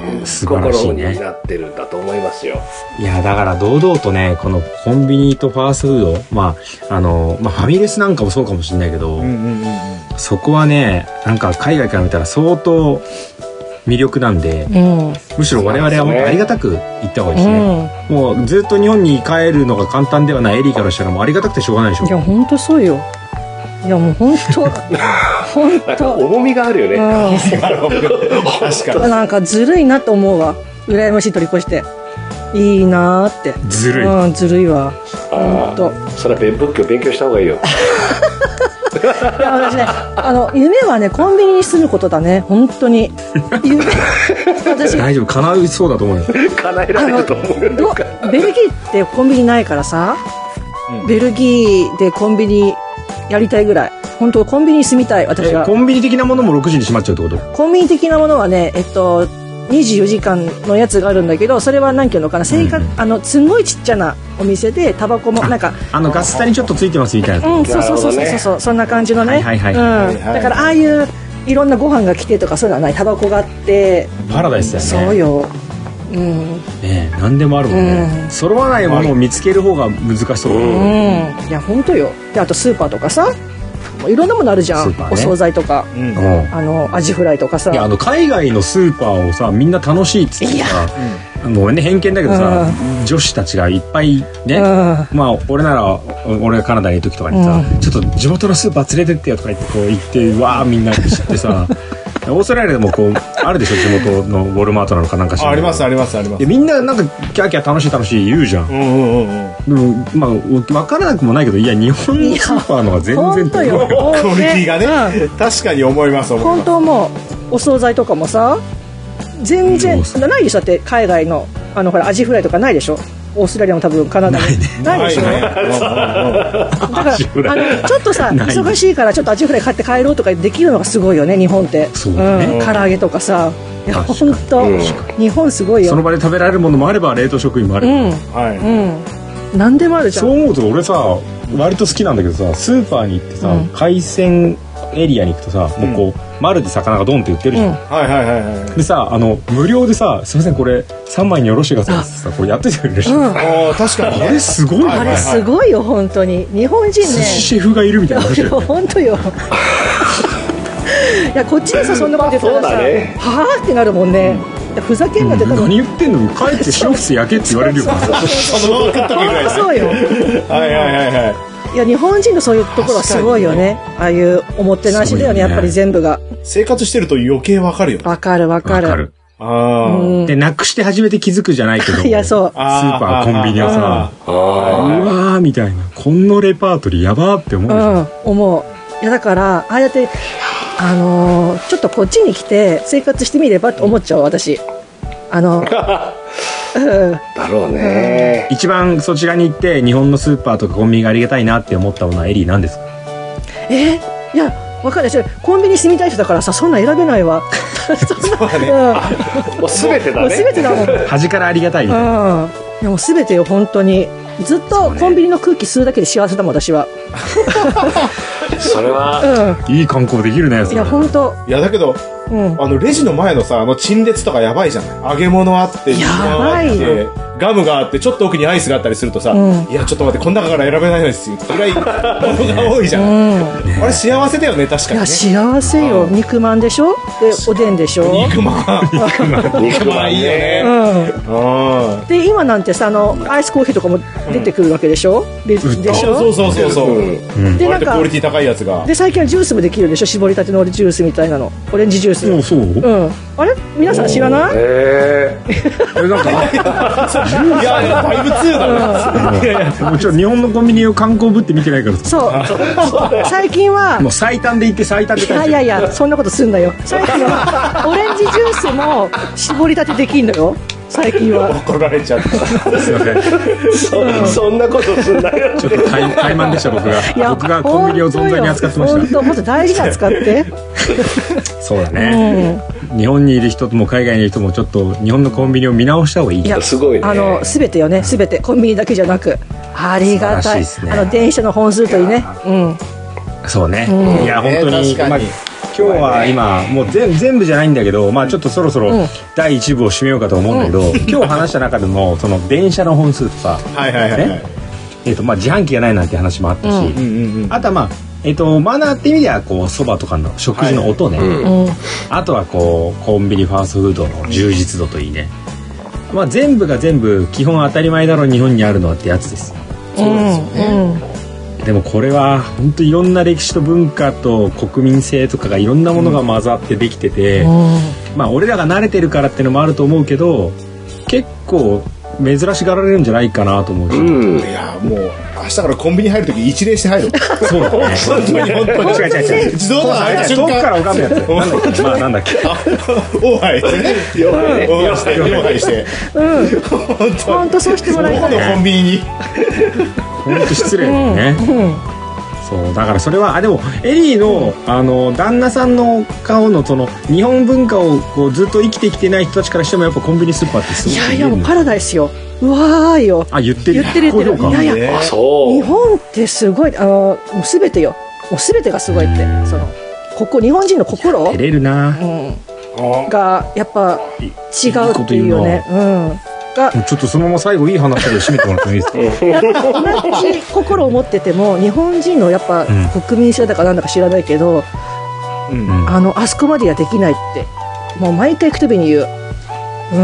素晴らしいね。 心になってるんだと思いますよ。 いや、だから堂々とね、このコンビニとファーストフード、まあ、あの、まあ、ファミレスなんかもそうかもしれないけど、うんうんうん、そこはね、なんか海外から見たら相当魅力なんで、うん、むしろ我々はもっとありがたく言った方がいいですね。うん、もうずっと日本に帰るのが簡単ではないエリーからしたらもうありがたくてしょうがないでしょ。 いや、ほんとそうよ。いやもう本当本当重みがあるよね。うん、 確かに。なんかずるいなと思うわ。羨ましい取り越していいなーって。 ずるい。 うん、ずるいわ。本当。 それは仏教勉強した方がいいよ。 いや私ね、あの夢はねコンビニに住むことだね。本当に夢。 私大丈夫、叶いそうだと思うよ。 叶えられると思うよ。 ベルギーってコンビニないからさ、うん、ベルギーでコンビニやりたいぐらい。本当コンビニに住みたい私は。 コンビニ的なものもろくじに閉まっちゃうってこと？ コンビニ的なものはね、えっとにじゅうよじかんのやつがあるんだけど、それは何ていうのかな、生活、うん、あのすごいちっちゃなお店でタバコもなんかあのガスタにちょっとついてますみたいな。 うん、そうそうそうそうそう、ね、そんな感じのね。 はいはいはい、うん、だからああいういろんなご飯が来てとかそういうのはない。タバコがあってパラダイスだよね。 そうよ。うん、 ねえ、何でもあるもんね、うん、揃わないものを見つける方が難しそう、うん、 いや本当よ。であとスーパーとかさ、いろんなものあるじゃん、ね、お惣菜とか、うん、あのアジフライとかさ。 いや、あの海外のスーパーをさみんな楽しいっつってさ、うん、もうね偏見だけどさ、うん、女子たちがいっぱいね、うん、まあ俺なら俺がカナダにいる時とかにさ、うん、ちょっと地元のスーパー連れてってよとか言ってこう行ってわーみんな知ってさオーストラリアでもこうあるでしょ、地元のウォルマートなのかなんかしら。 ありますありますあります。 みんななんかキャーキャー楽しい楽しい言うじゃん。うんうんうんうん。でもまあ分からなくもないけど、いや日本のスーパーの方が全然とよ。 クオリティがね、うん、確かに思います思います。 本当もうお惣菜とかもさ全然ないでしょ。だって海外のあのほらアジフライとかないでしょ。オーストラリアも多分カナダもないでしょ。だからあのちょっとさ忙しいからちょっとアジフライ買って帰ろうとかできるのがすごいよね日本って。そうだね、うん、唐揚げとかさ。いや本当、うん、日本すごいよ。 その場で食べられるものもあれば冷凍食品もある、うんはいうん、何でもあるじゃん。 そう思うと俺さ割と好きなんだけどさ、スーパーに行ってさ、うん、海鮮エリアに行くとさ、うん、もうこう丸で魚がドンって売ってるじゃん、うん、 はいはいはいはい。 でさ、あの無料でさ、すいませんこれさんまいによろしいかさってさこれやっててくれるし、うん、 あ確かに、ね、 あれすごい、ね、 あれすごいよ本当に。日本人ね寿司シェフがいるみたいな話、ね、 本当よいやこっちでさそんなこと言ったらさ、ね、はぁってなるもんね、うん、ふざけんなって多分、 何言ってんの、帰って塩伏せ焼けって言われるよそのまま食っとくぐらいね。 そうよはいはいはいはい。 いや日本人のそういうところはすごいよね。ああいうおもてなしだよね、やっぱり全部が。 生活してると余計わかるよね。 わかるわかる。わかる。 あうん、でなくして初めて気づくじゃないけどいやそうスーパーコンビニはさうわーみたいな、このレパートリーやばーって思うでしょ、うん、 思う。いやだからああやってあのー、ちょっとこっちに来て生活してみればって思っちゃう私。あのうん、だろうね、 うん、一番そちらに行って日本のスーパーとかコンビニがありがたいなって思ったものはエリー何ですか？ えー、いや分かんない。コンビニ住みたい人だからさそんな選べないわそうだね、うん、もう全てだね。もう全てだもん端からありがたいみたいな、うん、いやもう全てよ本当に。ずっとコンビニの空気吸うだけで幸せだもん私はそれは、 うん、いい観光できるねそれ。 いや本当。 いやだけど、うん、あのレジの前のさあの陳列とかやばいじゃない。揚げ物あってやばいよ。 ガムがあってちょっと奥にアイスがあったりするとさ、うん、いやちょっと待ってこの中から選べないですぐらいものが多いじゃん、うんね、あれ幸せだよね確かにね。 いや幸せよ、うん、肉まんでしょでおでんでしょ。 肉まん肉まんいいよね、 うん、で今なんてさあのアイスコーヒーとかも出てくるわけでしょ、うん、で, でしょ。 そうそうそうそう、うん、でなんかクオリティ高いやつがで最近はジュースもできるでしょ。絞りたてのジュースみたいなの、オレンジジュース。 そうそう、 うん、あれ皆さん知らない？ へえなんかいやいやだいぶ強いだろ、うん、いやいやもちろん日本のコンビニを観光ぶって見てないからそう最近はもう最短で行って最短で帰って。 いやいやいやそんなことすんなよ。最近はオレンジジュースも絞りたてできんのよ最近は。 怒られちゃったすいません そ, そんなことすんなよちょっと怠慢でした僕が僕がコンビニを存在に扱ってました。 本当もっと大事に扱ってそうだね、うん、日本にいる人とも海外にいる人もちょっと日本のコンビニを見直した方がいい。 いやすごいね。 あの全てよね、全てコンビニだけじゃなくありがたい、ね、あの電車の本数といいね、うん、 そうね、うん、いや本当に、まあ、今日は今もう全全部じゃないんだけど、まあちょっとそろそろだいいち部を締めようかと思うんだけど、今日話した中でもその電車の本数とか、 はいはいはいはい、 えっとまあ自販機がないなんて話もあったし、あとはまあえっとマナーって意味ではこうそばとかの食事の音ね、あとはこうコンビニファーストフードの充実度といいね、まあ全部が全部基本当たり前だろう日本にあるのはってやつです。 そうですよね。 でもこれは本当いろんな歴史と文化と国民性とかがいろんなものが混ざってできてて、うん、まあ俺らが慣れてるからっていうのもあると思うけど結構珍しがられるんじゃないかなと思うし、うん、 いやもう明日からコンビニ入るとき一礼して入る。 そうだね。 本当に本当に。 違う違う違う。 自動ドア入る瞬間。 遠くから拝むやつ。なんだっけ。まあなんだっけ。 おはいしてね。よはいして。よはいして。 うん。本当そうしてもらいたい。 このコンビニに。 本当失礼だよね。そうだからそれはあでもエリーのあの旦那さんの顔のその日本文化をこうずっと生きてきてない人たちからしてもやっぱコンビニスーパーってすごい。 いやいやもうパラダイスよ。うわーよ。 あ言ってる言ってる言ってる。いやいや、あそう。日本ってすごいあのもうすべてよ。もうすべてがすごいってそのここ日本人の心。 照れるな。 うん。がやっぱ違うっていうよね。うん。 ちょっとそのまま最後いい話で締めてもらってもいいですか。 同じ心を持ってても日本人のやっぱ国民性だかなんだか知らないけど、うん、あのあそこまではできないってもう毎回行くたびに言う。うん。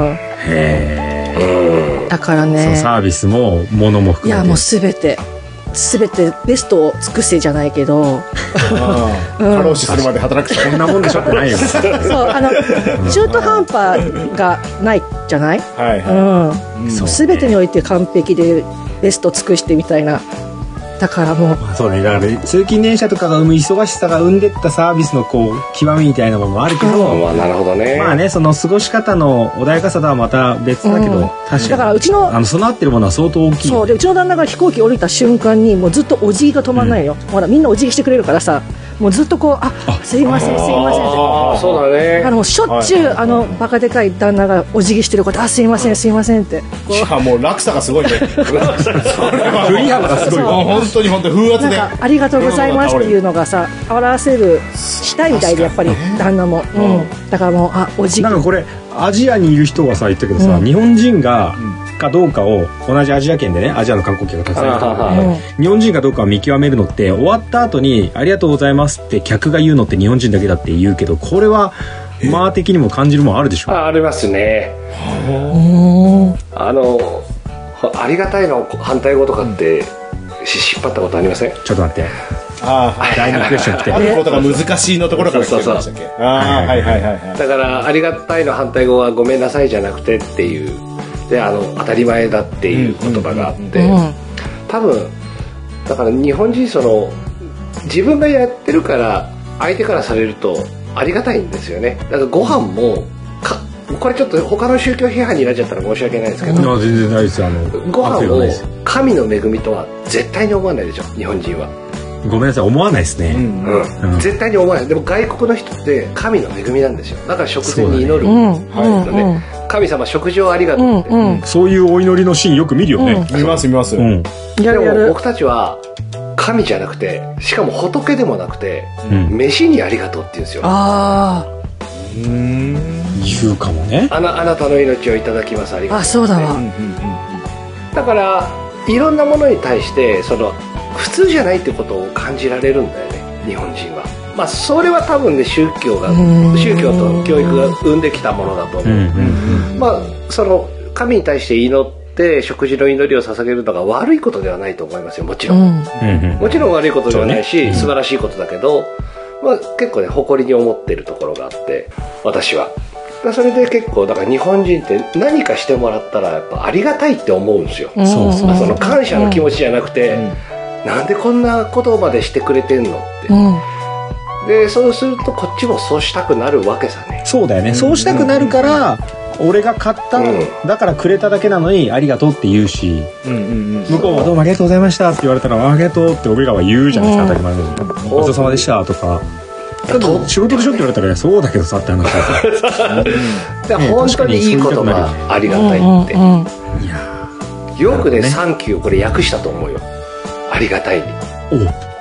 へー。だからね。 サービスも物も含めて。 いやもうすべて。すべてベストを尽くせじゃないけど過労死するまで働くしこんなもんでしょってないよ。 そうあの中途半端がないじゃない、はいはいうん、そう全てにおいて完璧でベスト尽くしてみたいな。だからもう、 まあ、そうねだから通勤電車とかが生む忙しさが生んでったサービスのこう極みみたいなものもあるけど、 まあなるほどね。 まあねその過ごし方の穏やかさとはまた別だけど、うん、確かにだからうちのあの備わってるものは相当大きい。 そうでうちの旦那が飛行機降りた瞬間にもうずっとお辞儀が止まんないよ、うん、ほらみんなお辞儀してくれるからさもうずっとこうあすいませんすいませんああそうだね。 だからもうしょっちゅう、はい、あのバカでかい旦那がお辞儀してることあすいませんすいませんってしかも落差がすごいね。振り幅がすごい本当に本当に風圧でありがとうございますっていうのがさ表せるしたいみたいでやっぱり旦那も、うん、だからもうあお辞儀なんかこれアジアにいる人はさ言ったけどさ、うん、日本人がかどうかを同じアジア圏でねアジアの観光客がたくさんいるところで日本人かどうかを見極めるのって終わった後にありがとうございますって客が言うのって日本人だけだって言うけどこれはまあ的にも感じるもんあるでしょ。 あ, ありますね。あのありがたいの反対語とかって、うん、引っ張ったことありません？ ちょっと待って。 ああ第二クエスチョン来てあることが難しいのところから来てましたっけ。ああはいはいはいはい。 だからありがたいの反対語はごめんなさいじゃなくてっていうであの当たり前だっていう言葉があって、うんうんうん、多分だから日本人その自分がやってるから相手からされるとありがたいんですよね。だからご飯もかこれちょっと他の宗教批判になっちゃったら申し訳ないですけど、 うん、全然ないですあのご飯を神の恵みとは絶対に思わないでしょ日本人は。 ごめんなさい思わないですね、うんうんうん、絶対に思わない。でも外国の人って神の恵みなんですよ。だから食前に祈る、ねはいね、神様食事をありがとうって、うんうん、そういうお祈りのシーンよく見るよね、うん、 見ます見ます、うん、 でも僕たちは神じゃなくてしかも仏でもなくて、うん、飯にありがとうって言うんですよ。 ああうーん言うかもね。 あな、あなたの命をいただきますありがとう、ね、 あそうだわ、うんうんうん、 だからいろんなものに対してその普通じゃないってことを感じられるんだよね日本人は。まあそれは多分ね宗教が宗教と教育が生んできたものだと思う、うんうんうん、まあその神に対して祈って食事の祈りを捧げるのが悪いことではないと思いますよもちろん、うんうん、もちろん悪いことではないし、ね、素晴らしいことだけど、まあ、結構ね誇りに思っているところがあって私はそれで結構だから日本人って何かしてもらったらやっぱありがたいって思うんですよ、うん、そうそう、まあ、その感謝の気持ちじゃなくて、うんなんでこんなことまでしてくれてんのって、うん、でそうするとこっちもそうしたくなるわけさね。 そうだよね、うん、そうしたくなるから、うん、俺が買った、うん、だからくれただけなのにありがとうって言うし、うんうんうん、向こうはどうもありがとうございましたって言われたらありがとうって俺らは言うじゃないですか、当たり前のようにごちそうさまでしたとかただ仕事でしょって言われたらそうだけどさって話だからで本当にいいことがありがたいって、うんうんうん、いやよくねサンキューこれ訳したと思うよありがたいに。 お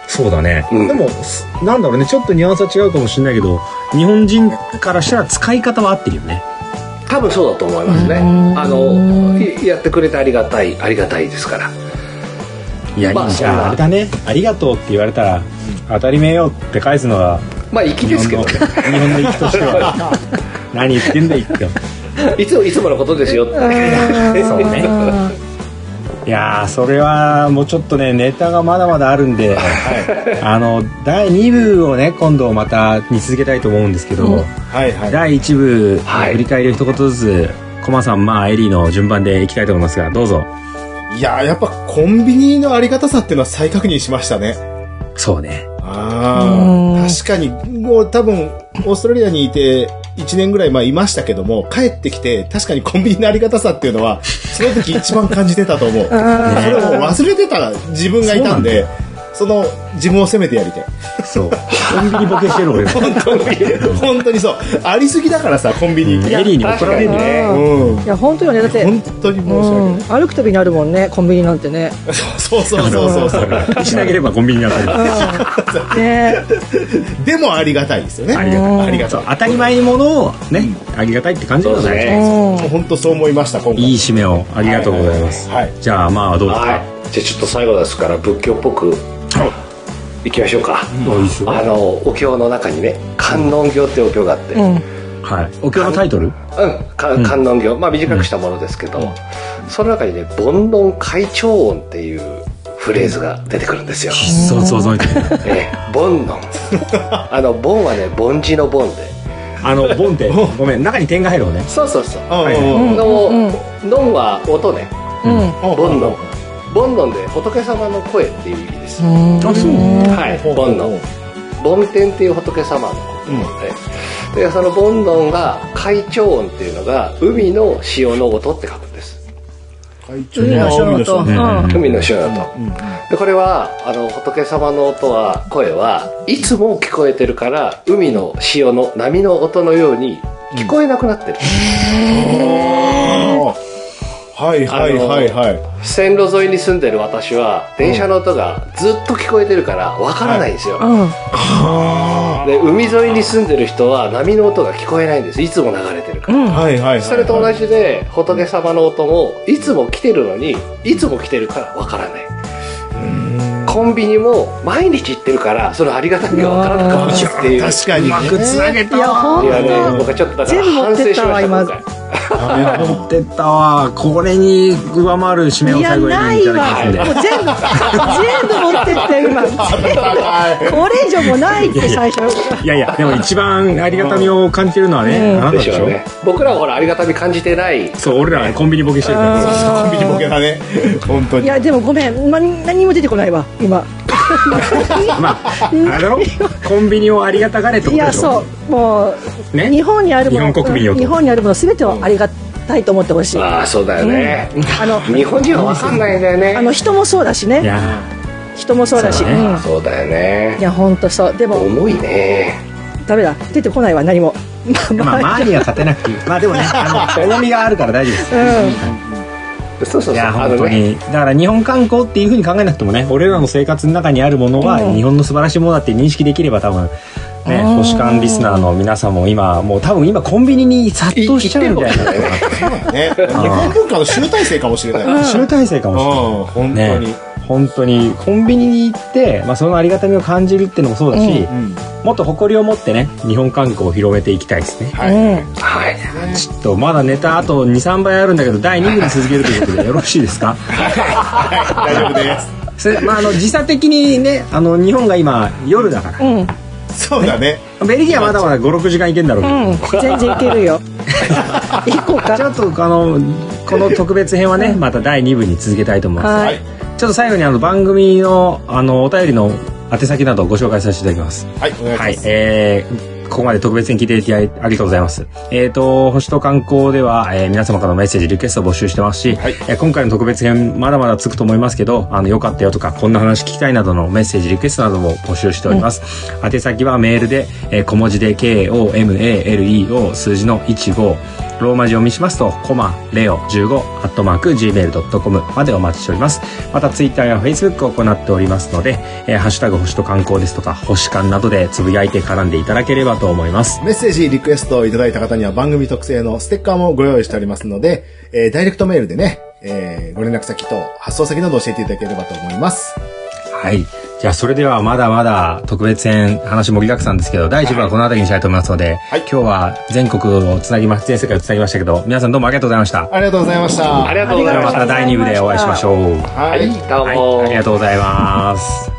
そうだね、 うん、 でもなんだろうね、ちょっとニュアンスは違うかもしれないけど、日本人からしたら使い方は合ってるよね。 多分そうだと思いますね。あのやってくれてありがたい、ありがたいですから。 いや、まあ、じゃああれだね、ありがとうって言われたら、うん、当たり前よって返すのはまあ粋ですけどね、 日本の粋としては何言ってんだいっていつもいつものことですよってそうね。 いやー、それはもうちょっとね、ネタがまだまだあるんで、はい、あのだいに部をね、今度また見続けたいと思うんですけど、うん、はいはい、だいいち部、はい、振り返りを一言ずつ、コマさん、まあエリーの順番でいきたいと思いますが、どうぞ。 いやー、やっぱコンビニのありがたさっていうのは再確認しましたね。 そうね。 ああ、確かにもう多分オーストラリアにいていちねんぐらいまあいましたけども、帰ってきて確かにコンビニのありがたさっていうのはその時一番感じてたと思う。それを忘れてた自分がいたんで、その自分を責めてやりたい。 そう、コンビニボケしてる俺本当に本当にそう、ありすぎだからさ、コンビニエリーに怒られるね。 うん、いや本当よね、だって本当に申し訳ない、うん、 歩くたびにあるもんね、コンビニなんてね。 そうそうそうそうそうしなければコンビニに当たる、 ね、でもありがたいですよね。 ありがたい、ありがたい、当たり前のものをね、ありがたいって感じですね。 本当そう思いました。今回いい締めをありがとうございます、はいはいはい、じゃあまあどうですか、はい、 じゃあちょっと最後ですから仏教っぽく行きましょうか、うん、あのお経の中にね、観音経ってお経があって、うん、 はい、お経のタイトル、うん、 観音経、まあ短くしたものですけど、うん、その中にね、煩悩開帳音っていうフレーズが出てくるんですよ。 そうそうそう、 えー、煩悩あの煩はね、凡字の凡で、 あの凡ってごめん、中に点が入る方ね。 そうそうそう、はい、の、うん、のんは音ね、うん、煩悩、煩悩で仏様の声っていう意味です。あ、そう。はい、煩悩。梵天っていう仏様のことで、うん、でその煩悩が開帳音っていうのが海の潮の音って書くんです。 海の潮の音。 海の潮の音。でこれはあの仏様の音は声はいつも聞こえてるから、海の潮の波の音のように聞こえなくなってる。 はいはいはいはい。 線路沿いに住んでる私は電車の音がずっと聞こえてるからわからないんですよ、はい、で海沿いに住んでる人は波の音が聞こえないんです、いつも流れてるから、うん、はいはいはいはい、それと同じで仏様の音もいつも来てるのにいつも来てるからわからない。コンビニも毎日行ってるからそのありがたみがわからなかったっていう。 確かにうまくつなげた。 いや本当、 いやね、僕はちょっとだから反省しました今回。 いや持ってったわ。これに上回る締めを最後にいただきますんで。 もう全部全部持ってって今。これ以上もないって最初。 いやいやでも一番ありがたみを感じてるのはね、うん、あなたでしょ。ね、 僕らはほらありがたみ感じてない。 そう、俺らはコンビニボケしてるから。 コンビニボケだね。本当に。 いやでもごめん、何も出てこないわ今。 まあ、あれだろ、コンビニをありがたがれってことでしょ。いやそうもう、ね、日本にあるもの、 日本国民を日本にあるもの全てをありがたいと思ってほしい。 ああそうだよね、うん、あの日本人は分かんないんだよね。 あの人もそうだしね。いや人もそうだし、 そうだね、うん、そうだよね。 いや本当そう。でも重いね。 ダメだ、出てこないわ何も。 まあ周りは勝てなくていい。まあでもね、あの重みがあるから大丈夫です。うんそうそうそう、いや本当に、ね、だから日本観光っていう風に考えなくてもね、俺らの生活の中にあるものは日本の素晴らしいものだって認識できれば、多分ね、星間リスナーの皆さんも今もう多分今コンビニに殺到しちゃうみたいなね。日本文化の集大成かもしれない。 集大成かもしれない。本当に。ね本当にコンビニに行って、まあ、そのありがたみを感じるっていうのもそうだし、うん、もっと誇りを持ってね日本観光を広めていきたいですね。はい、うんはい、ちょっとまだネタあと にさんばいあるんだけどだいに部に続けるということでよろしいですか？ はい、大丈夫です。 それ、まあ、あの時差的にねあの日本が今夜だから、うん、 そうだね。 ベルギーはまだまだごろくじかんいけんだろうけど、 うん、全然いけるよ。行こうか。 ちょっとあのこの特別編はねまただいに部に続けたいと思います。はい、ちょっと最後にあの番組のあのお便りの宛先などをご紹介させていただきます。 はい、お願いします。はい、えーここまで特別に聞いていただいてありがとうございます。えっ、ー、と星と観光では、えー、皆様からのメッセージリクエストを募集してますし、はい、えー、今回の特別編まだまだつくと思いますけど、あの良かったよとかこんな話聞きたいなどのメッセージリクエストなども募集しております。うん、宛先はメールで、えー、小文字で ケーオーエムエーエルイーオー 数字のじゅうごローマ字読みしますとコマレオじゅうごアットマーク ジーメールドットコム までお待ちしております。またツイッターやフェイスブックを行っておりますので、えー、ハッシュタグ星と観光ですとか星観などでつぶやいて絡んでいただければと思います。 メッセージリクエストをいただいた方には番組特製のステッカーもご用意しておりますので、えー、ダイレクトメールでね、えー、ご連絡先と発送先など教えていただければと思います。 はい。じゃあそれではまだまだ特別編話盛りだくさんですけど、だいいち部はこの辺りにしたいと思いますので、はい、今日は全国をつなぎます、全世界をつなぎましたけど、皆さんどうもありがとうございました。 ありがとうございました。 ありがとうございました。 まただいに部でお会いしましょう。 はい、どうも、 はい、ありがとうございます。